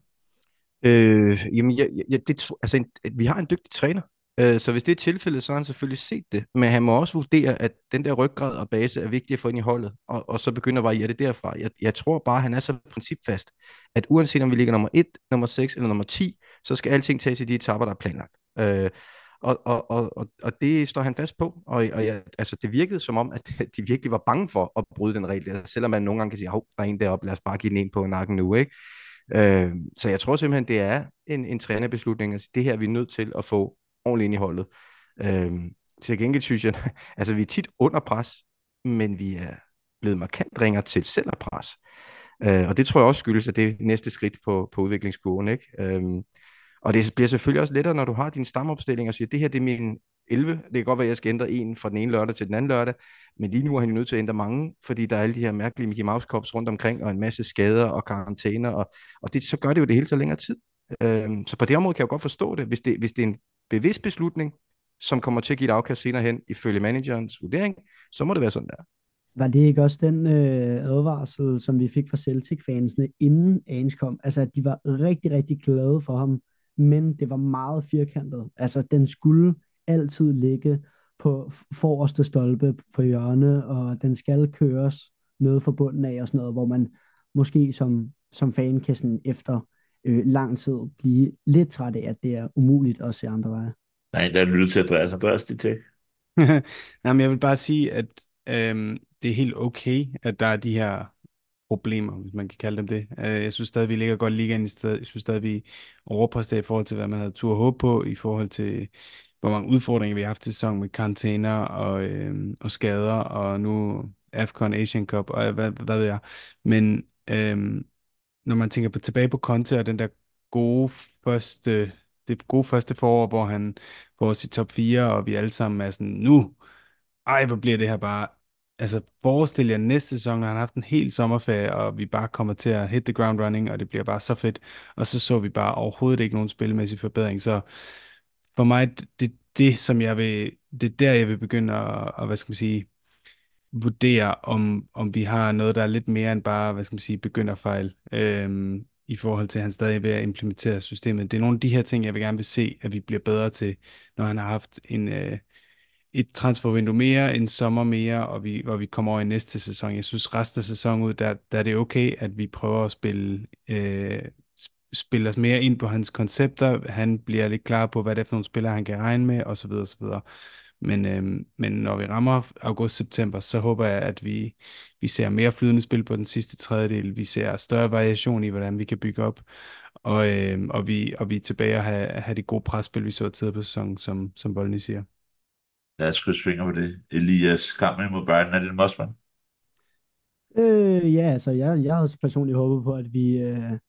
Øh, jamen, jeg, jeg, det, tro- altså, en, vi har en dygtig træner, øh, så hvis det er tilfældet, så har han selvfølgelig set det, men han må også vurdere, at den der ryggrad og base er vigtig at få ind i holdet, og, og så begynde at variere det derfra. Jeg, jeg tror bare, han er så principfast, at uanset om vi ligger nummer et, nummer seks eller nummer ti, så skal alting tages i de etapper, der er planlagt. Øh, og, og, og, og, og det står han fast på, og, og jeg, altså, det virkede som om, at de virkelig var bange for at bryde den regel, der, selvom man nogle gange kan sige, hov, der er en deroppe, lad os bare give den en på nakken nu, ikke? Øh, så jeg tror simpelthen, det er en, en trænerbeslutning. Altså, det her er vi nødt til at få ordentligt ind i holdet. Øh, til gengæld synes jeg, altså vi er tit under pres, men vi er blevet markant ringere til selv at pres. Øh, og det tror jeg også skyldes, at det er næste skridt på, på udviklingskurven, ikke? Øh, og det bliver selvfølgelig også lettere, når du har din stamopstilling og siger, det her det er min elleve. Det kan godt være, at jeg skal ændre en fra den ene lørdag til den anden lørdag, men lige nu er han jo nødt til at ændre mange, fordi der er alle de her mærkelige Mickey Mouse Cups rundt omkring, og en masse skader og karantæner, og, og det, så gør det jo det hele så længere tid. Øhm, så på det område kan jeg jo godt forstå det. Hvis, det. hvis det er en bevidst beslutning, som kommer til at give et afkast senere hen, ifølge managerens vurdering, så må det være sådan der. Var det ikke også den øh, advarsel, som vi fik fra Celtic-fansene, inden Ange kom? Altså, at de var rigtig, rigtig glade for ham, men det var meget firkantet. Altså, den skulle altid ligge på f- forreste stolpe for hjørne, og den skal køres nede fra bunden af og sådan noget, hvor man måske som, som fan kan sådan efter øh, lang tid blive lidt træt af, at det er umuligt at se andre veje. Der er en, der har lyttet til Andreas. Andreas, de ting. Nej, men jeg vil bare sige, at øhm, det er helt okay, at der er de her problemer, hvis man kan kalde dem det. Øh, Jeg synes stadig, vi ligger godt i ligaen i stedet. Jeg synes stadig, vi overpræsterer i forhold til, hvad man havde tur og håb på, i forhold til, hvor mange udfordringer vi har haft til sæsonen med karantæner og, øhm, og skader, og nu AFCON, Asian Cup, og hvad, hvad ved jeg. Men øhm, når man tænker på, tilbage på Conte og den der gode første, det gode første forår, hvor han får os i top fire, og vi alle sammen er sådan, nu, ej, hvor bliver det her bare, altså forestil jer næste sæson, når han har haft en hel sommerferie, og vi bare kommer til at hit the ground running, og det bliver bare så fedt, og så så vi bare overhovedet ikke nogen spilmæssig forbedring, så for mig, det, det, det som jeg vil, det er der, jeg vil begynde at, at hvad skal man sige, vurdere, om, om vi har noget, der er lidt mere end bare, hvad skal man sige, begynderfejl, øhm, i forhold til, at han stadig er ved at implementere systemet. Det er nogle af de her ting, jeg vil gerne vil se, at vi bliver bedre til, når han har haft en, øh, et transfervindue mere, en sommer mere, og vi, hvor vi kommer over i næste sæson. Jeg synes, resten af sæsonen ud, der, der er det okay, at vi prøver at spille, øh, sp- spille os mere ind på hans koncepter. Han bliver lidt klar på, hvad det er for nogle spillere, han kan regne med, osv. osv. Men, øhm, men når vi rammer august-september, så håber jeg, at vi, vi ser mere flydende spil på den sidste tredjedel. Vi ser større variation i, hvordan vi kan bygge op. Og, øhm, og, vi, og vi er tilbage at have, have de gode presspil, vi så tidligere på sæsonen, som, som Volny siger. Lad os krydse fingre på det. Elias, kampen mod Bayern, er det en must-win? Øh, ja, altså jeg, jeg havde personligt håbet på, at vi, øh,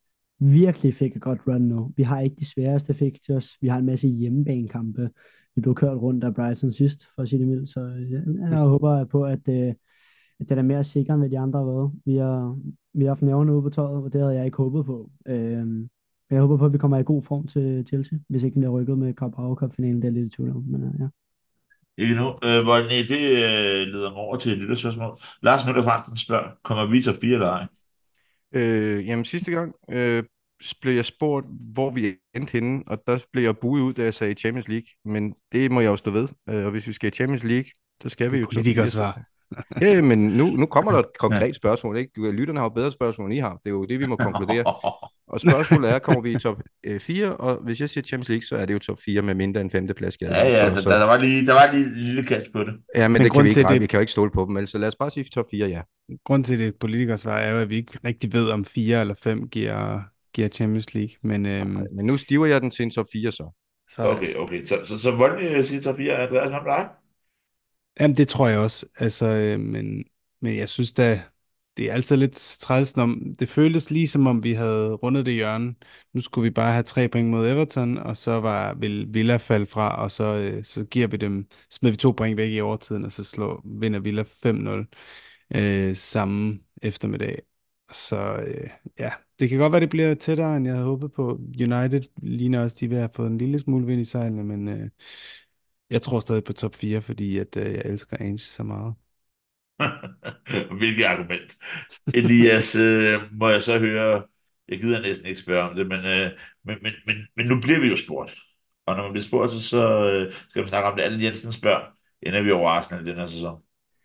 virkelig fik et godt run nu. Vi har ikke de sværeste fixtures. Vi har en masse hjemmebanekampe. Vi blev kørt rundt af Brighton sidst, for at sige det mildt. Så jeg, jeg håber på, at, øh, at den er mere sikker, end hvad de andre har været. Vi har, vi har haft nævne ude på tøjet, og det havde jeg ikke håbet på. Øh, men jeg håber på, at vi kommer i god form til Chelsea, hvis ikke den bliver rykket med Carabao Cup-finalen. Det er lidt i tvivl om, men øh, ja. Ikke nu. Øh, Volny, det øh, leder mig over til et lille spørgsmål. Lars Møller Fransen spørger, kommer vi til fire eller ej? Øh, jamen sidste gang øh, blev jeg spurgt, hvor vi endte henne, og der blev jeg buet ud, da jeg sagde Champions League, men det må jeg jo stå ved. Øh, og hvis vi skal i Champions League, så skal vi jo top fire. Politikersvar. Ja, men nu, nu kommer der et konkret spørgsmål, ikke? Lytterne har jo bedre spørgsmål, end I har. Det er jo det, vi må konkludere. Og spørgsmålet er, kommer vi i top øh, fire? Og hvis jeg siger Champions League, så er det jo top fire med mindre end femteplads. Ja, ja, så, der, så, der, var lige, der var lige en lille kast på det. ja, men, Men det kan grund vi ikke til regne. det- Vi kan jo ikke stole på dem, altså lad os bare sige top fire, ja. Grunden til det politikersvar er jo, at vi ikke rigtig ved, om fire eller fem giver, giver Champions League. Men øhm, Men nu stiver jeg den til en top fire, så. så, Okay, okay. Så, så, så Volny siger top fire, Andreas, hvad med dig? jamen, det tror jeg også. Altså, øh, men, men jeg synes da, det er altid lidt træls, når det føltes lige som om vi havde rundet det hjørne. Nu skulle vi bare have tre point mod Everton, og så var vil Villa falde fra, og så, øh, så giver vi dem, smider vi to point væk i overtiden, og så slår, vinder Villa fem nul øh, samme eftermiddag. Så øh, ja, det kan godt være, det bliver tættere, end jeg havde håbet på. United ligner også, de vil have fået en lille smule vind i sejlene, men øh, jeg tror stadig på top fire, fordi at, øh, jeg elsker Ange så meget. Hvilket argument. Elias, øh, må jeg så høre, jeg gider næsten ikke spørge om det, men, øh, men, men, men, men nu bliver vi jo spurgt. Og når man bliver spurgt, så, så øh, skal man snakke om det. Allen Jensen spørger, ender vi over Arsenal i den her sæson?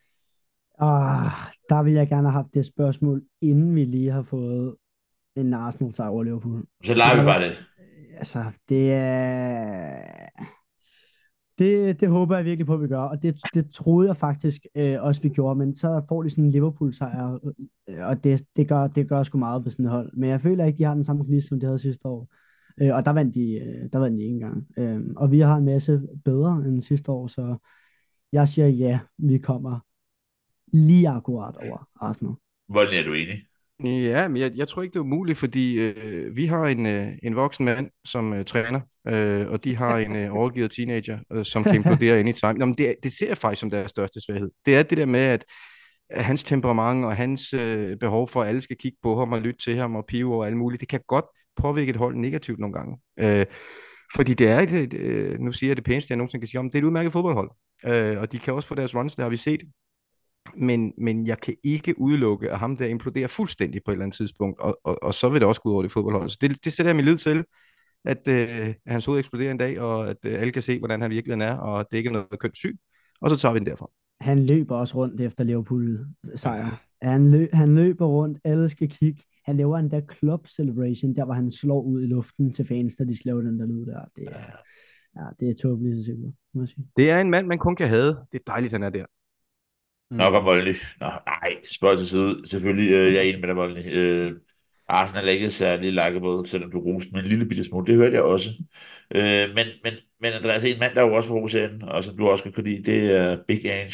Ah, der ville jeg gerne have haft det spørgsmål, inden vi lige har fået en Arsenal sejr over Liverpool. Så leger vi bare det. Altså, det er... Det, det håber jeg virkelig på, at vi gør, og det, det troede jeg faktisk øh, også, vi gjorde, men så får de sådan en Liverpool-sejr, øh, og det, det, gør, det gør sgu meget ved sådan et hold. Men jeg føler ikke, de har den samme gnist, som de havde sidste år. Øh, og der vandt de, øh, der vandt de ikke engang. Øh, og vi har en masse bedre end sidste år, så jeg siger ja, vi kommer lige akkurat over Arsenal. Hvordan er du enig? Ja, men jeg, jeg tror ikke, det er umuligt, fordi øh, vi har en, øh, en voksen mand som øh, træner, øh, og de har en øh, overgivet teenager, øh, som kan implodere anytime. Nå, men det, det ser jeg faktisk som deres største svaghed. Det er det der med, at, at hans temperament og hans øh, behov for, at alle skal kigge på ham og lytte til ham og pive og alt muligt, det kan godt påvirke et hold negativt nogle gange. Øh, fordi det er et, et øh, nu siger jeg det pæneste, jeg nogensinde kan sige om, det er et udmærket fodboldhold. Øh, og de kan også få deres runs, det har vi set. Men, men jeg kan ikke udelukke, at ham der imploderer fuldstændig på et eller andet tidspunkt, og, og, og så vil det også gå ud over det fodboldhold. Så det, det sætter jeg min lid til, at øh, hans hoved eksploderer en dag, og at øh, alle kan se, hvordan han virkelig er, og det ikke er noget kønt syg. Og så tager vi den derfra. Han løber også rundt efter Liverpool-sejren. Han, løb, han løber rundt, alle skal kigge. Han laver en der club celebration, der hvor han slår ud i luften til fans, da de slår den der lyd der. Det er, ja, det er tåbeligt, så simpelthen, må jeg sige. Det er en mand, man kun kan have. Det er dejligt, han er der. Nok om Volny. Nå, nej, spørg til side. Selvfølgelig, øh, jeg er enig med dig, Volny. Øh, Arsenal er ikke særlig likeable, selvom du roste med en lille bitte smule. Det hørte jeg også. Øh, men, men, men Andreas, en mand, der jo også fokuserer den, og som du også kan kunne lide, det er Big Ange.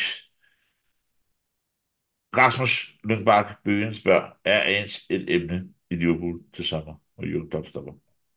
Rasmus Lundbak Bøgen spørger, er Ange et emne i Liverpool til sommer? Og Jürgen Klopp stopper.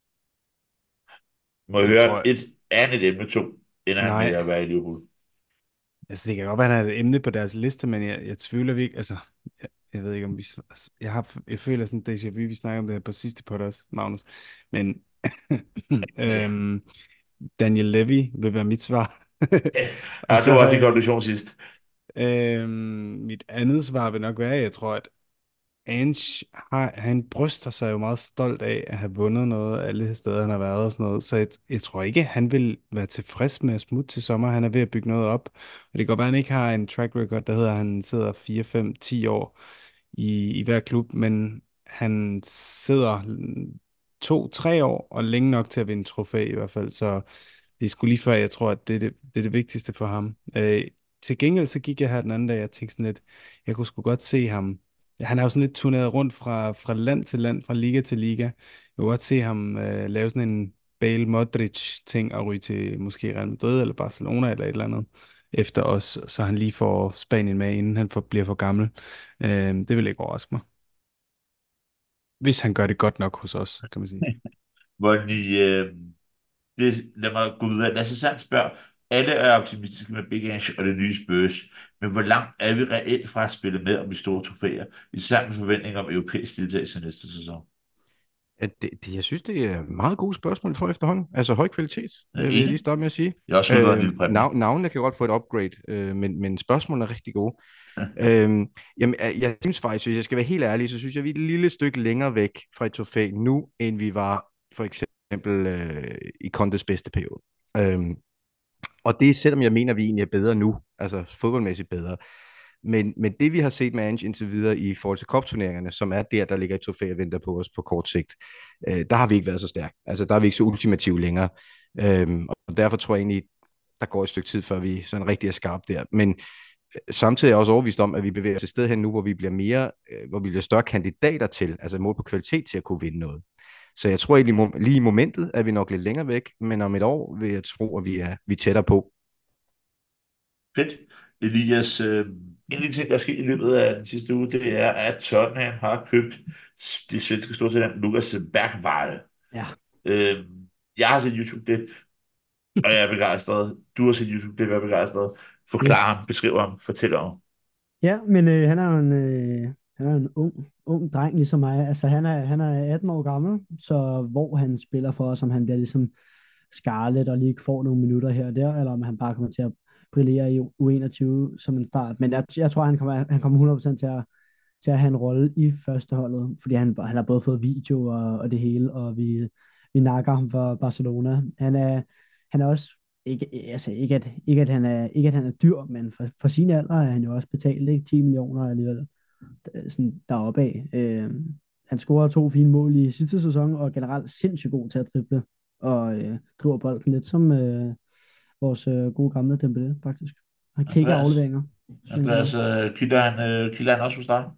Må jeg, Jeg høre, tror- et, er han et emne? To, ender han Nej. med at være i Liverpool? Altså, det kan godt være, at han er et emne på deres liste, men jeg, jeg tvivler virkelig, altså, jeg, jeg ved ikke, om vi, jeg, har, jeg føler sådan déjà vu, vi snakker om det her på sidste på også, Magnus, men øhm, Daniel Levy vil være mit svar. Ja, Og så det var også har din jeg- konklusion sidst. Øhm, mit andet svar vil nok være, at jeg tror, at Ange har, han bryster sig jo meget stolt af at have vundet noget alle steder, han har været og sådan noget. Så jeg, jeg tror ikke, han vil være tilfreds med at smutte til sommer. Han er ved at bygge noget op. Og det kan godt være, at han ikke har en track record, der hedder, at han sidder fire, fem, ti år i, i hver klub, men han sidder to, tre år og længe nok til at vinde trofæ i hvert fald. Så det er sgu lige før, jeg tror, at det er det, det, er det vigtigste for ham. Øh, til gengæld så gik jeg her den anden dag, og tænkte sådan lidt, jeg kunne sgu godt se ham. Han har jo sådan lidt turneret rundt fra, fra land til land, fra liga til liga. Jeg kunne godt se ham øh, lave sådan en Bale Modric-ting og ryge til måske Real Madrid eller Barcelona eller et eller andet efter os, så han lige får Spanien med, inden han får, bliver for gammel. Øh, det vil ikke overraske mig. hvis han gør det godt nok hos os, kan man sige. Hvor I, øh, det, lad mig gå videre. Lasse Sand spørger, alle er optimistiske med Big Ange og det nye Spurs, men hvor langt er vi reelt fra at spille med om de store trofæer, især med forventninger om europæisk deltagelse næste sæson? At det, det, jeg synes, det er meget gode spørgsmål for efterhånden. Altså høj kvalitet, Er øh, I vil jeg lige enige? starte med at sige. Jeg har også udløjet en Øh, lille præmie. nav, navnene kan godt få et upgrade, øh, men, men spørgsmålene er rigtig gode. Øhm, jamen, øh, jeg synes faktisk, hvis jeg skal være helt ærlig, så synes jeg, vi er et lille stykke længere væk fra et trofæ nu, end vi var for eksempel øh, i Contes bedste periode. Øhm, og det er selvom jeg mener, at vi egentlig er bedre nu, altså fodboldmæssigt bedre. Men, men det vi har set med Ange indtil videre i forhold til cup-turneringerne, som er der, der ligger et trofæ og venter på os på kort sigt, øh, der har vi ikke været så stærke. Altså der er vi ikke så ultimative længere. Øhm, og derfor tror jeg egentlig, der går et stykke tid, før vi sådan rigtig er skarpe der. Men samtidig er jeg også overbevist om, at vi bevæger os et sted hen nu, hvor vi bliver mere, øh, hvor vi bliver større kandidater til, altså mål på kvalitet til at kunne vinde noget. Så jeg tror egentlig, lige i momentet er vi nok lidt længere væk, men om et år vil jeg tro, at vi er, vi er tættere på. Fedt. Elias, øh, en af de ting, der er sket i løbet af den sidste uge, det er, at Tottenham har købt de svenske stortalent Lukas Bergvall. Ja. Øh, jeg har set YouTube det, og jeg er begejstret. Du har set YouTube det, og jeg er begejstret. Forklar Yes. ham, beskriv ham, fortæl ham. Ja, men øh, han er jo en, øh, han er en ung, ung dreng ligesom mig. Altså han er, han er atten år gammel, så hvor han spiller for os, om han bliver ligesom Scarlett og lige får nogle minutter her og der, eller om han bare kommer til at brillere i U enogtyve som en start. Men jeg, jeg tror, han kommer, han kommer hundrede procent til at, til at have en rolle i førsteholdet, fordi han, han har både fået video og, og det hele, og vi, vi nakker ham for Barcelona. Han er, han er også ikke, altså ikke at, ikke at han er, ikke at han er dyr, men for, for sin alder er han jo også betalt, ikke? ti millioner alligevel, sådan deroppe af. Øh, han scorede to fine mål i sidste sæson, og generelt sindssygt god til at drible, og øh, driver bolden lidt som øh, vores øh, gode gamle Dembélé, faktisk. Han kigger Andreas, afleveringer. Andreas øh, kilder han, øh, kilder han også hos dig?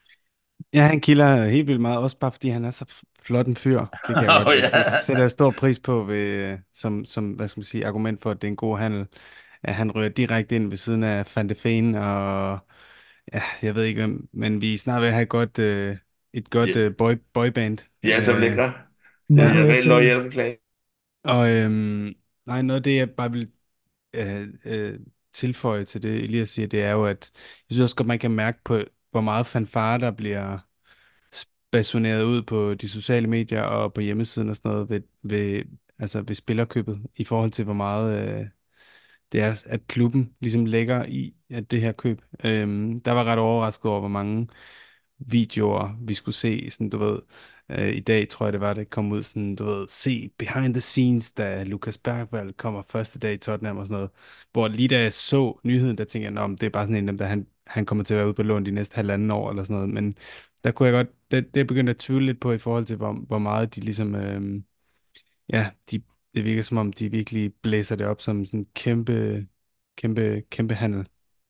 Ja, han kilder helt vildt meget, også bare fordi han er så f- flot en fyr. Det kan jeg godt Åh, lide. ja. Det sætter jeg stor pris på ved, som, som, hvad skal man sige, argument for, at det er en god handel. At han ryger direkte ind ved siden af Van de Ven, og ja, jeg ved ikke hvem, men vi er snart ved at have et godt, øh, et godt Ja, øh, boy, boyband. de er alle sammen Øh, lækre. ja, Det er Moderate rent Train. loyal reklame. og øhm, nej, noget af det, jeg bare vil øh, øh, tilføje til det, Elias siger, det er jo, at jeg synes også godt, man kan mærke på, hvor meget fanfare, der bliver basuneret ud på de sociale medier og på hjemmesiden og sådan noget ved, ved, altså ved spillerkøbet, i forhold til, hvor meget øh, det er, at klubben ligesom lægger i at det her køb. Øhm, der var ret overrasket over, hvor mange videoer vi skulle se, sådan du ved, øh, i dag tror jeg det var, det kom ud sådan, du ved, se behind the scenes, da Lukas Bergvall kommer første dag i Tottenham og sådan noget, hvor lige da jeg så nyheden, der tænkte jeg, nå, men det er bare sådan en af dem, der han, han kommer til at være ude på lån de næste halvanden år, eller sådan noget, men der kunne jeg godt, det, det er begyndt at tvivle lidt på, i forhold til, hvor, hvor meget de ligesom, øhm, ja, de, det virker som om, de virkelig blæser det op som sådan en kæmpe, kæmpe, kæmpe handel.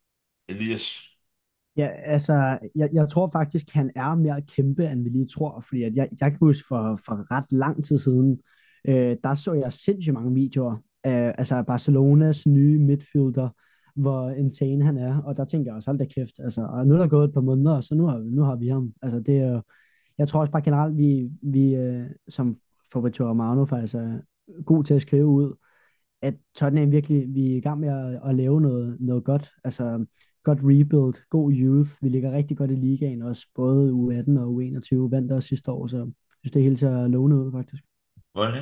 Elias. Ja, altså, jeg, jeg tror faktisk, han er mere kæmpe, end vi lige tror, fordi at jeg, jeg kan huske for, for ret lang tid siden, øh, der så jeg sindssygt mange videoer af altså Barcelonas nye midfielder, hvor insane han er, og der tænker jeg også, hold da kæft, altså, og nu er der gået et par måneder, så nu har, nu har vi ham. Altså, det er jo- jeg tror også bare generelt, vi, vi øh, som Fabrizio Romano faktisk er god til at skrive ud, at Tottenham virkelig, vi er i gang med at, at lave noget, noget godt, altså godt rebuild, god youth, vi ligger rigtig godt i ligaen også, både U atten og U enogtyve, vandt også sidste år, så jeg synes, det er helt til at lovende ud, faktisk. Hvordan?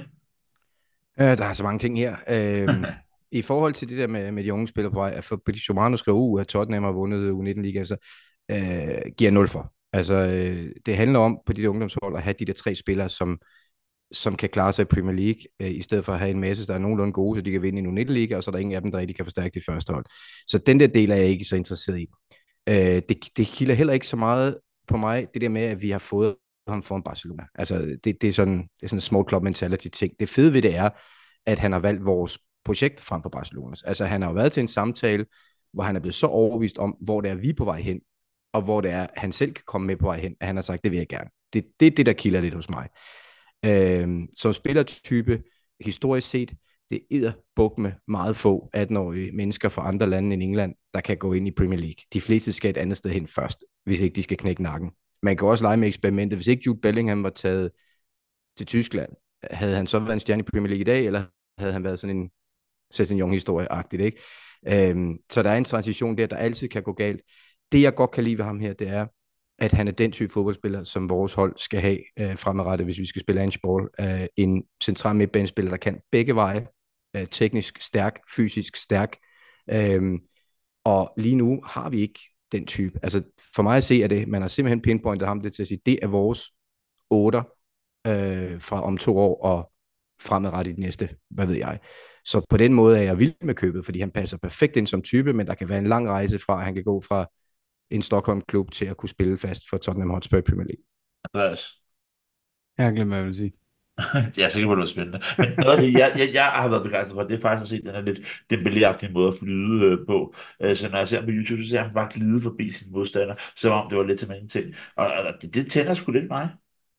Øh, der er så mange ting her. Øhm, I forhold til det der med, med de unge spillere på vej, at Fabrizio Romano skrev ud, at Tottenham har vundet U nitten liga, så øh, giver nul for. Altså, øh, det handler om på de der ungdomshold at have de der tre spillere, som, som kan klare sig i Premier League, øh, i stedet for at have en masse, der er nogenlunde gode, så de kan vinde i U nitten liga, og så er der ingen af dem, der rigtig kan forstærke de første hold. Så den der del er jeg ikke så interesseret i. Øh, det, det kilder heller ikke så meget på mig, det der med, at vi har fået ham foran Barcelona. Altså, det, det er sådan det er sådan en small club mentality ting. Det fede ved det er, at han har valgt vores projekt frem for Barcelonas. Altså, han har jo været til en samtale, hvor han er blevet så overbevist om, hvor det er, vi er på vej hen, og hvor det er, han selv kan komme med på vej hen, at han har sagt, det vil jeg gerne. Det, det er det, der kilder lidt hos mig. Øhm, som spillertype, historisk set, det er buk med meget få atten-årige mennesker fra andre lande end England, der kan gå ind i Premier League. De fleste skal et andet sted hen først, hvis ikke de skal knække nakken. man kan også lege med eksperimentet. Hvis ikke Jude Bellingham var taget til Tyskland, havde han så været en stjerne i Premier League i dag, eller havde han været sådan en Sessignon-historie-agtigt, ikke? Øhm, så der er en transition der, der altid kan gå galt. Det, jeg godt kan lide ved ham her, det er, at han er den type fodboldspiller, som vores hold skal have øh, fremadrettet, hvis vi skal spille handball. Øh, en central midtbanespiller, der kan begge veje. Øh, teknisk stærk, fysisk stærk. Øh, og lige nu har vi ikke den type. Altså for mig at se, er det, man har simpelthen pinpointet ham det til at sige, det er vores otter øh, fra om to år og fremadrettet i de næste, hvad ved jeg. Så på den måde er jeg vild med købet, fordi han passer perfekt ind som type, men der kan være en lang rejse fra, at han kan gå fra en Stockholm-klub til at kunne spille fast for Tottenham Hotspur i Premier League. Andreas. Jeg har glemt, hvad jeg vil sige. Jeg er sikker på, at det var spændende. Men noget af det, jeg, jeg, jeg har været begejstret for, det er faktisk at se den her lidt Dembélé-agtige måde at flyde øh, på. Øh, så når jeg ser ham på YouTube, så ser jeg ham bare glide forbi sin modstander, som om det var lidt til mange ting. Og, og det, det tænder sgu lidt mig.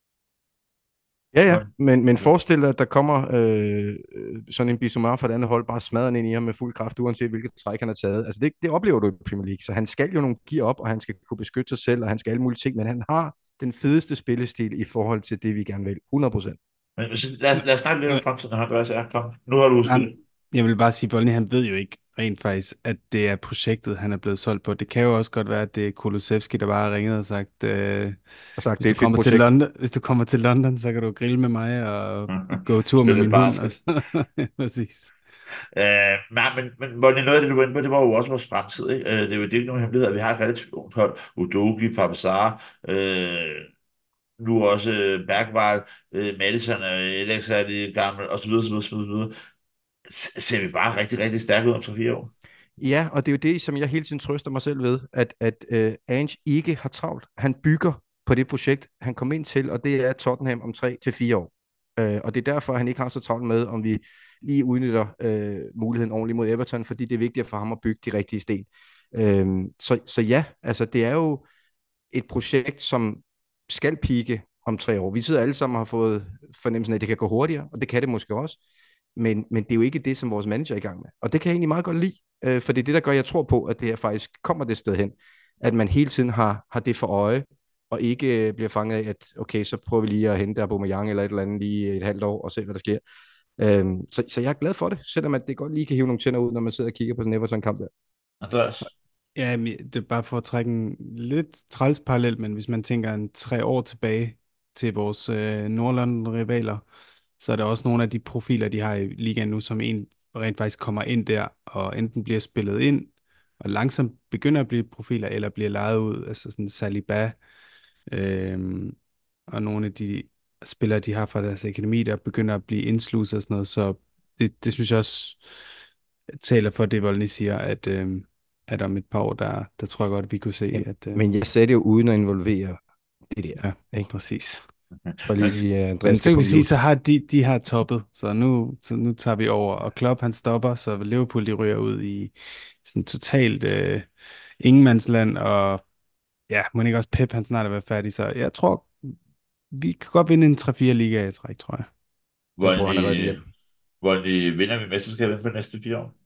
Ja, ja, Hvor- men, men forestil dig, at der kommer øh, øh, sådan en Bissouma fra et andet hold, bare smadrer ind i ham med fuld kraft, uanset hvilket træk han har taget. Altså det, det oplever du i Premier League, så han skal jo nogle gear op, og han skal kunne beskytte sig selv, og han skal alle mulige ting, men han har den fedeste spillestil i forhold til det, vi gerne vil. hundrede procent. Men så lad, os- lad os snakke lidt om Øh, fremtiden, når han gør så. Kom, nu har du han, spillet. jeg vil bare sige, Bolny, han ved jo ikke rent faktisk, at det er projektet, han er blevet solgt på. Det kan jo også godt være, at det er Kulusevski, der bare har ringet og sagt, øh, Og sagt, hvis, det er du et fedt kommer til projekt. London, hvis du kommer til London, så kan du grille med mig og gå tur med Spille min hund. basket. Præcis. Øh, nej, men, men hvor det noget af det, du var inde på, det var jo også vores fremtid. Ikke? Øh, det er jo det er ikke nogen hemmelighed, at vi har et relativt ungt hold. Udogi, Papazar, øh, nu også øh, Bergvall, øh, Madison og Alex er lidt gammel, og så videre, så videre, så videre. S- Ser vi bare rigtig, rigtig stærke ud om tre fire år? Ja, og det er jo det, som jeg hele tiden trøster mig selv ved, at, at uh, Ange ikke har travlt. Han bygger på det projekt, han kom ind til, og det er Tottenham om tre til fire år. Uh, og det er derfor, han ikke har så travlt med, om vi lige udnytter uh, muligheden ordentligt mod Everton, fordi det er vigtigt for ham at bygge de rigtige sten. Uh, så, så ja, altså det er jo et projekt, som skal pike om tre år. Vi sidder alle sammen og har fået fornemmelsen af, at det kan gå hurtigere, og det kan det måske også. Men, men det er jo ikke det, som vores manager er i gang med. Og det kan jeg egentlig meget godt lide, øh, for det er det, der gør, at jeg tror på, at det her faktisk kommer det sted hen. At man hele tiden har, har det for øje, og ikke øh, bliver fanget af, at okay, så prøver vi lige at hente Aubameyang eller et eller andet lige et halvt år, og se, hvad der sker. Øhm, så, så jeg er glad for det, selvom at det godt lige kan hive nogle tænder ud, når man sidder og kigger på sådan en Everton-kamp der. Andreas? Ja, men det er bare for at trække en lidt træls parallel, men hvis man tænker en tre år tilbage til vores øh, Nordlondon-rivaler, så er der også nogle af de profiler, de har i ligaen nu, som en rent faktisk kommer ind der, og enten bliver spillet ind, og langsomt begynder at blive profiler, eller bliver lejet ud, altså sådan Saliba, øh, og nogle af de spillere, de har fra deres akademi, der begynder at blive indsluset og sådan noget, så det, det synes jeg også taler for det, Volny siger, at, øh, at om et par år, der, der tror jeg godt, at vi kunne se, Jamen, at... Øh, men jeg sagde det jo uden at involvere det der. ja, Ikke? præcis. Jeg tror lige, uh, Andreas Men så skal kan på vi sige, mute. så har de, de har toppet, så nu, så nu tager vi over, og Klopp han stopper, så Liverpool de ryger ud i sådan totalt øh, ingenmandsland, og ja, må ikke også Pep han snart er været færdig, så jeg tror, vi kan godt vinde en tre fire liga i træk, tror jeg. Jeg Hvordan tror, han er reddet I, hjem. hvordan I vinder vi mesterskabet for de næste fire år?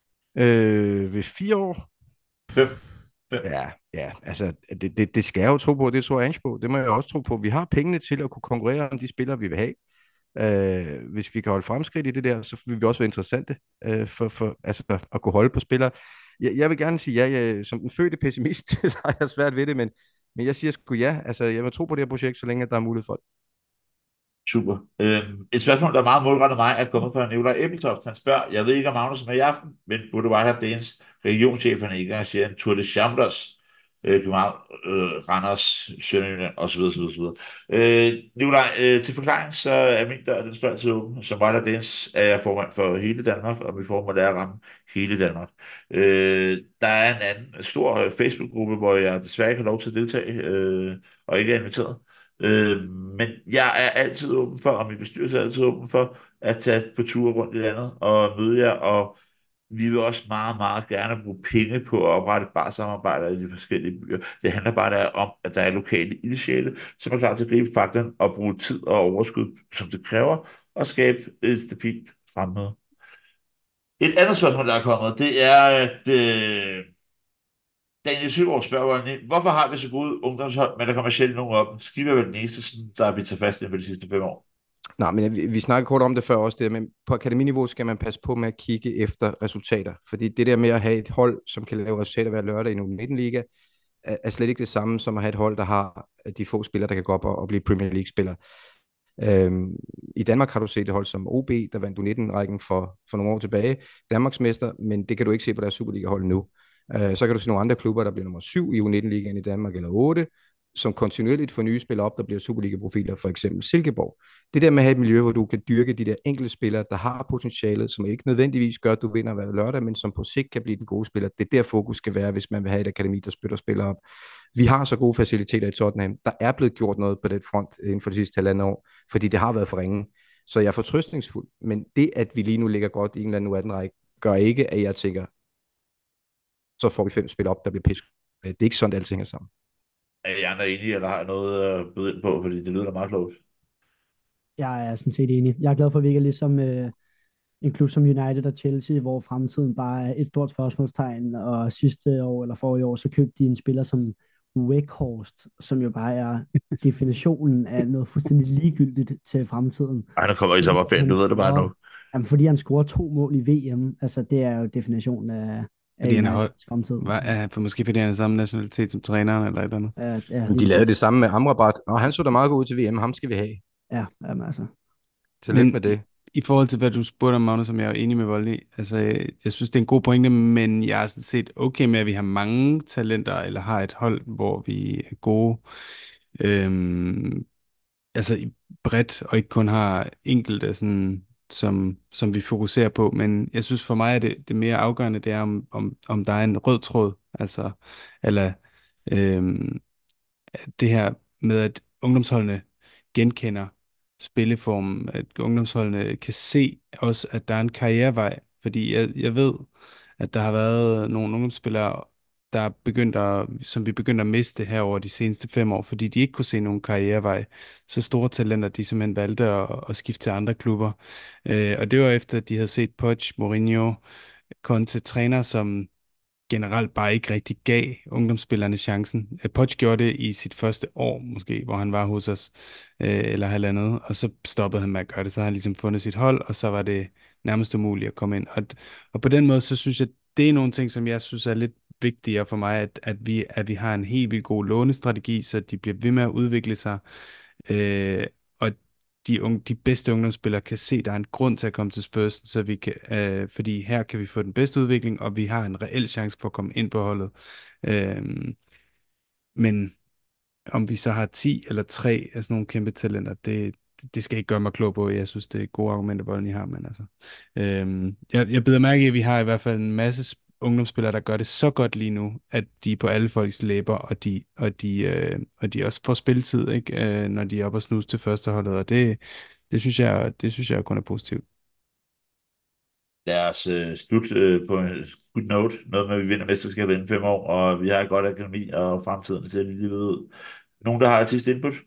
Øh, ved fire år, Fem? Fem? ja, ja, altså det, det, det skal jeg jo tro på, det tror Ange på, det må jeg også tro på. Vi har pengene til at kunne konkurrere om de spillere, vi vil have. Øh, hvis vi kan holde fremskridt i det der, så vil vi også være interessante øh, for, for altså, at kunne holde på spillere. Jeg, jeg vil gerne sige ja, jeg, som den fødte pessimist, så har jeg svært ved det, men, men jeg siger sgu ja. Altså, jeg vil tro på det her projekt, så længe at der er mulighed for det. Super. Øhm, et spørgsmål, der er meget målrettet mig, er kommet fra Nikolaj Ebbeltoft. Han spørger, jeg ved ikke, om Magnus er med i aften, men burde bare have dagens regionscheferne ikke arrangere en Tour de Chambres, øh, København, øh, Randers, Sønderjylland osv. osv., osv. Øh, Nikolaj, øh, til forklaring, så er min dør, den står altid åben. Som var der dagens, er jeg formand for hele Danmark, og mit formål er at ramme hele Danmark. Øh, der er en anden stor øh, Facebook-gruppe, hvor jeg desværre ikke har lov til at deltage, øh, og ikke er inviteret. Øh, men jeg er altid åben for, og min bestyrelse er altid åben for, at tage på ture rundt i landet og møde jer, og vi vil også meget, meget gerne bruge penge på at oprette barsamarbejder i de forskellige byer. Det handler bare der om, at der er lokale ildsjæle, som er klar til at gribe faktoren og bruge tid og overskud, som det kræver, og skabe et stabilt fremmøde. Et andet spørgsmål, der er kommet, det er, at øh, Daniel Søgaard spørger, hvordan- hvorfor har vi så gode ungdomshold, men der kommer sjældent nogen op? Skive er vel den eneste, sådan, der har bidt sig fast inden for de sidste fem år. Nej, men vi, vi snakkede kort om det før også, det der, men på akademiniveau skal man passe på med at kigge efter resultater, fordi det der med at have et hold, som kan lave resultater hver lørdag i en U nitten-liga, er, er slet ikke det samme som at have et hold, der har de få spillere, der kan gå op og, og blive Premier League-spillere. Øhm, I Danmark har du set et hold som O B, der vandt U nitten-rækken for, for nogle år tilbage, Danmarksmester, men det kan du ikke se på deres Superliga-hold nu. Øh, så kan du se nogle andre klubber, der bliver nummer syv i U nitten-ligaen i Danmark, eller otte, som kontinuerligt får nye spillere op, der bliver Superliga-profiler, for eksempel Silkeborg. Det der med at have et miljø, hvor du kan dyrke de der enkelte spillere, der har potentialet, som ikke nødvendigvis gør, at du vinder hver lørdag, men som på sigt kan blive den gode spiller. Det er der fokus skal være, hvis man vil have et akademi, der spytter spillere op. Vi har så gode faciliteter i Tottenham. Der er blevet gjort noget på det front inden for de sidste halvandet år, fordi det har været for ringe. Så jeg er fortrøstningsfuld. Men det, at vi lige nu ligger godt i en eller anden U atten-række, gør ikke, at jeg tænker, så får vi fem spil op, der bliver pisk. Det er ikke sådan, det alt hænger sammen. Er I andre enige, eller har jeg noget at byde ind på, fordi det lyder da meget klogt? Jeg er sådan set enig. Jeg er glad for, at vi ikke er ligesom øh, en klub som United og Chelsea, hvor fremtiden bare er et stort spørgsmålstegn, og sidste år eller forrige år, så købte de en spiller som Weghorst, som jo bare er definitionen af noget fuldstændig ligegyldigt til fremtiden. Ej, nu kommer I så op, Han du ved det bare nu. scorer- Jamen, fordi han scorer to mål i V M, altså det er jo definitionen af, af Fordi han er Uniteds fremtid. Hvad, er, for måske fordi han er samme nationalitet som træneren eller et eller andet. Ja, ja, De lavede det samme med Amrabat, og han så da meget godt ud til V M, ham skal vi have. Ja, jamen, altså. Så lidt Men- med det. I forhold til, hvad du spurgte om, Magnus, som jeg er enig med Vold i, altså, jeg, jeg synes, det er en god pointe, men jeg er sådan set okay med, at vi har mange talenter, eller har et hold, hvor vi er gode, øhm, altså i- bredt, og ikke kun har enkelte, sådan, som, som vi fokuserer på, men jeg synes for mig, at det, det mere afgørende, det er, om, om, om der er en rød tråd, altså, eller øhm, det her med, at ungdomsholdene genkender spilleformen, at ungdomsholdene kan se også, at der er en karrierevej, fordi jeg, jeg ved, at der har været nogle ungdomsspillere, der er begyndt at, som vi begynder at miste her over de seneste fem år, fordi de ikke kunne se nogen karrierevej. Så store talenter, de simpelthen valgte at, at skifte til andre klubber. Øh, og det var efter, at de havde set Poch, Mourinho, Conte, træner, som generelt bare ikke rigtig gav ungdomsspillerne chancen. Øh, Poch gjorde det i sit første år, måske, hvor han var hos os, øh, eller halvandet, og så stoppede han med at gøre det. Så har han ligesom fundet sit hold, og så var det nærmest umuligt at komme ind. Og, og på den måde, så synes jeg, det er nogle ting, som jeg synes er lidt vigtigere for mig, at, at, vi, at vi har en helt vildt god lånestrategi, så de bliver ved med at udvikle sig, øh, og de, unge, de bedste ungdomsspillere kan se, at der er en grund til at komme til Spurs, så vi kan, øh, fordi her kan vi få den bedste udvikling, og vi har en reel chance for at komme ind på holdet. Øh, men om vi så har ti eller tre af sådan nogle kæmpe talenter, det, det skal ikke gøre mig klog på. Jeg synes, det er gode argumenter, hvordan I har, men altså. Øh, jeg, jeg beder mærke i, at vi har i hvert fald en masse sp- ungdomsspillere, der gør det så godt lige nu, at de er på alle folks læber, og de, og de, øh, og de også får spilletid, ikke? Øh, når de er oppe og snuse til førsteholdet, og det, det synes jeg, det synes jeg kun er positivt. Lad os uh, slutte uh, på en good note. Noget med, at vi vinder mesterskabet inden fem år, og vi har et godt akademi, og fremtiden ser lige ud. Nogen, der har et sidste input?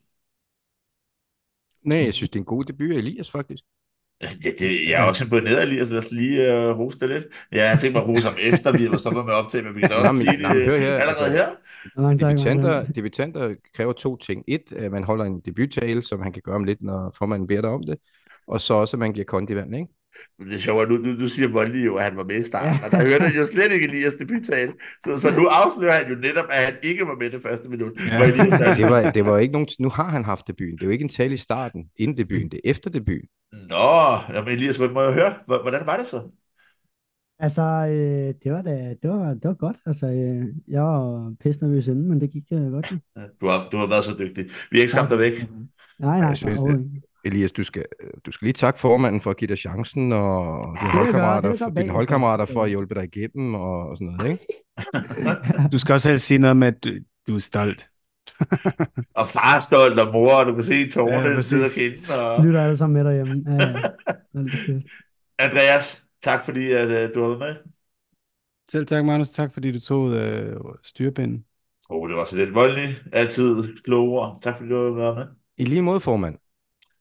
Nej, jeg synes, det er en god debut af Elias, faktisk. Ja, det, jeg er også imponeret, Elias. Lad os lige uh, rose det lidt. Ja, jeg tænkte mig at rose ham efter, vi var stoppet med optag, men vi kan da Nå, også men- sige det nå, men hør her, allerede altså, her. Mange tak, mange Debutanter, tak. debutanter kræver to ting. Et, at man holder en debuttale, som han kan gøre om lidt, når formanden beder dig om det. Og så også, at man giver kondi vand, ikke? Det er sjovt, nu, nu, nu siger Voldelig jo, at han var med i starten, Ja. og der hørte han jo slet ikke Elias debuttale. Så, så nu afslører han jo netop, at han ikke var med det første minut. Ja. Hvor Elias sagde, Det var, det var ikke nogen... Nu har han haft debuten. Det er jo ikke en tale i starten, inden debuten. Det er efter debuten. Nå, jamen Elias, må må jeg høre, Hvor- hvordan var det så? Altså, øh, det var da, det var, det var godt. Altså, øh, jeg var pisse nervøs inden, men det gik øh, godt. Ja, Du har, du har været så dygtig. Vi har ikke skræmt dig væk. Nej, nej, Jeg synes, overhovedet ikke. Elias, du skal, du skal lige takke formanden for at give dig chancen, og dine vil jeg gøre, holdkammerater, det vil jeg gøre for, dine bagefter. holdkammerater for at hjælpe dig igennem, og, og sådan noget, ikke? Du skal også helst sige noget med, at du, du er stolt. Og far er stolt, og mor, og du kan se tårerne, Ja, ja, præcis. sidder og kinden. Vi Og... lytter alle sammen med derhjemme. Ja, ja. Alt det fedt. Andreas, tak fordi at, uh, du har været med. Selv tak, Magnus. Tak, fordi du tog øh, styrepinden. Oh, det var så lidt voldeligt. Altid kloge ord. Tak fordi du har været med. I lige måde, formand.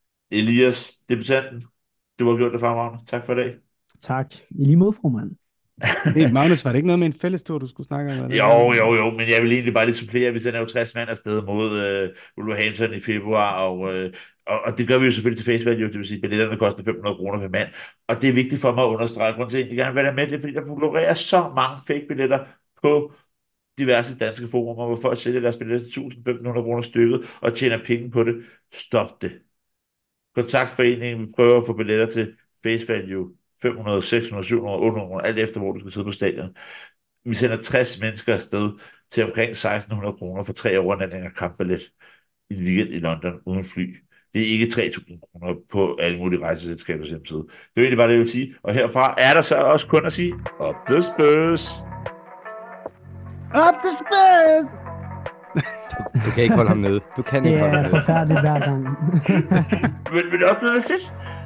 Elias, debutanten, du har gjort det fremragende. Tak for i dag. Tak. I lige måde, formand. Hey, Magnus, var det ikke noget med en fælles tur, du skulle snakke om? Eller Jo, hvad? jo, jo, men jeg vil egentlig bare lige supplere, vi sender jo tres mand afsted mod øh, Wolverhampton i februar, og, øh, og, og det gør vi jo selvfølgelig til face value, det vil sige, at billetterne koster fem hundrede kroner per mand, og det er vigtigt for mig at understrege, grund til, at jeg gerne vil være med, det er, fordi der florerer så mange fake billetter på diverse danske forumer, hvor folk sælger deres billetter til tusind fem hundrede kroner stykket og tjener penge på det. Stop det. Kontaktforeningen vi prøver at få billetter til face value fem hundrede, seks hundrede, syv hundrede, otte hundrede, alt efter hvor du skal sidde på stadion. Vi sender tres mennesker afsted til omkring seksten hundrede kroner for tre overnatninger kampbillet i en weekend i London uden fly. Det er ikke tre tusind kroner på alle mulige rejseselskabers hjemmeside. Det er egentlig bare det, jeg vil sige. Og herfra er der så også kun at sige, op the Spurs! Up the Spurs! Du kan ikke holde ham nede. Du kan Det ikke holde ham er nede. forfærdeligt hver gang. Men, men det er også noget fedt.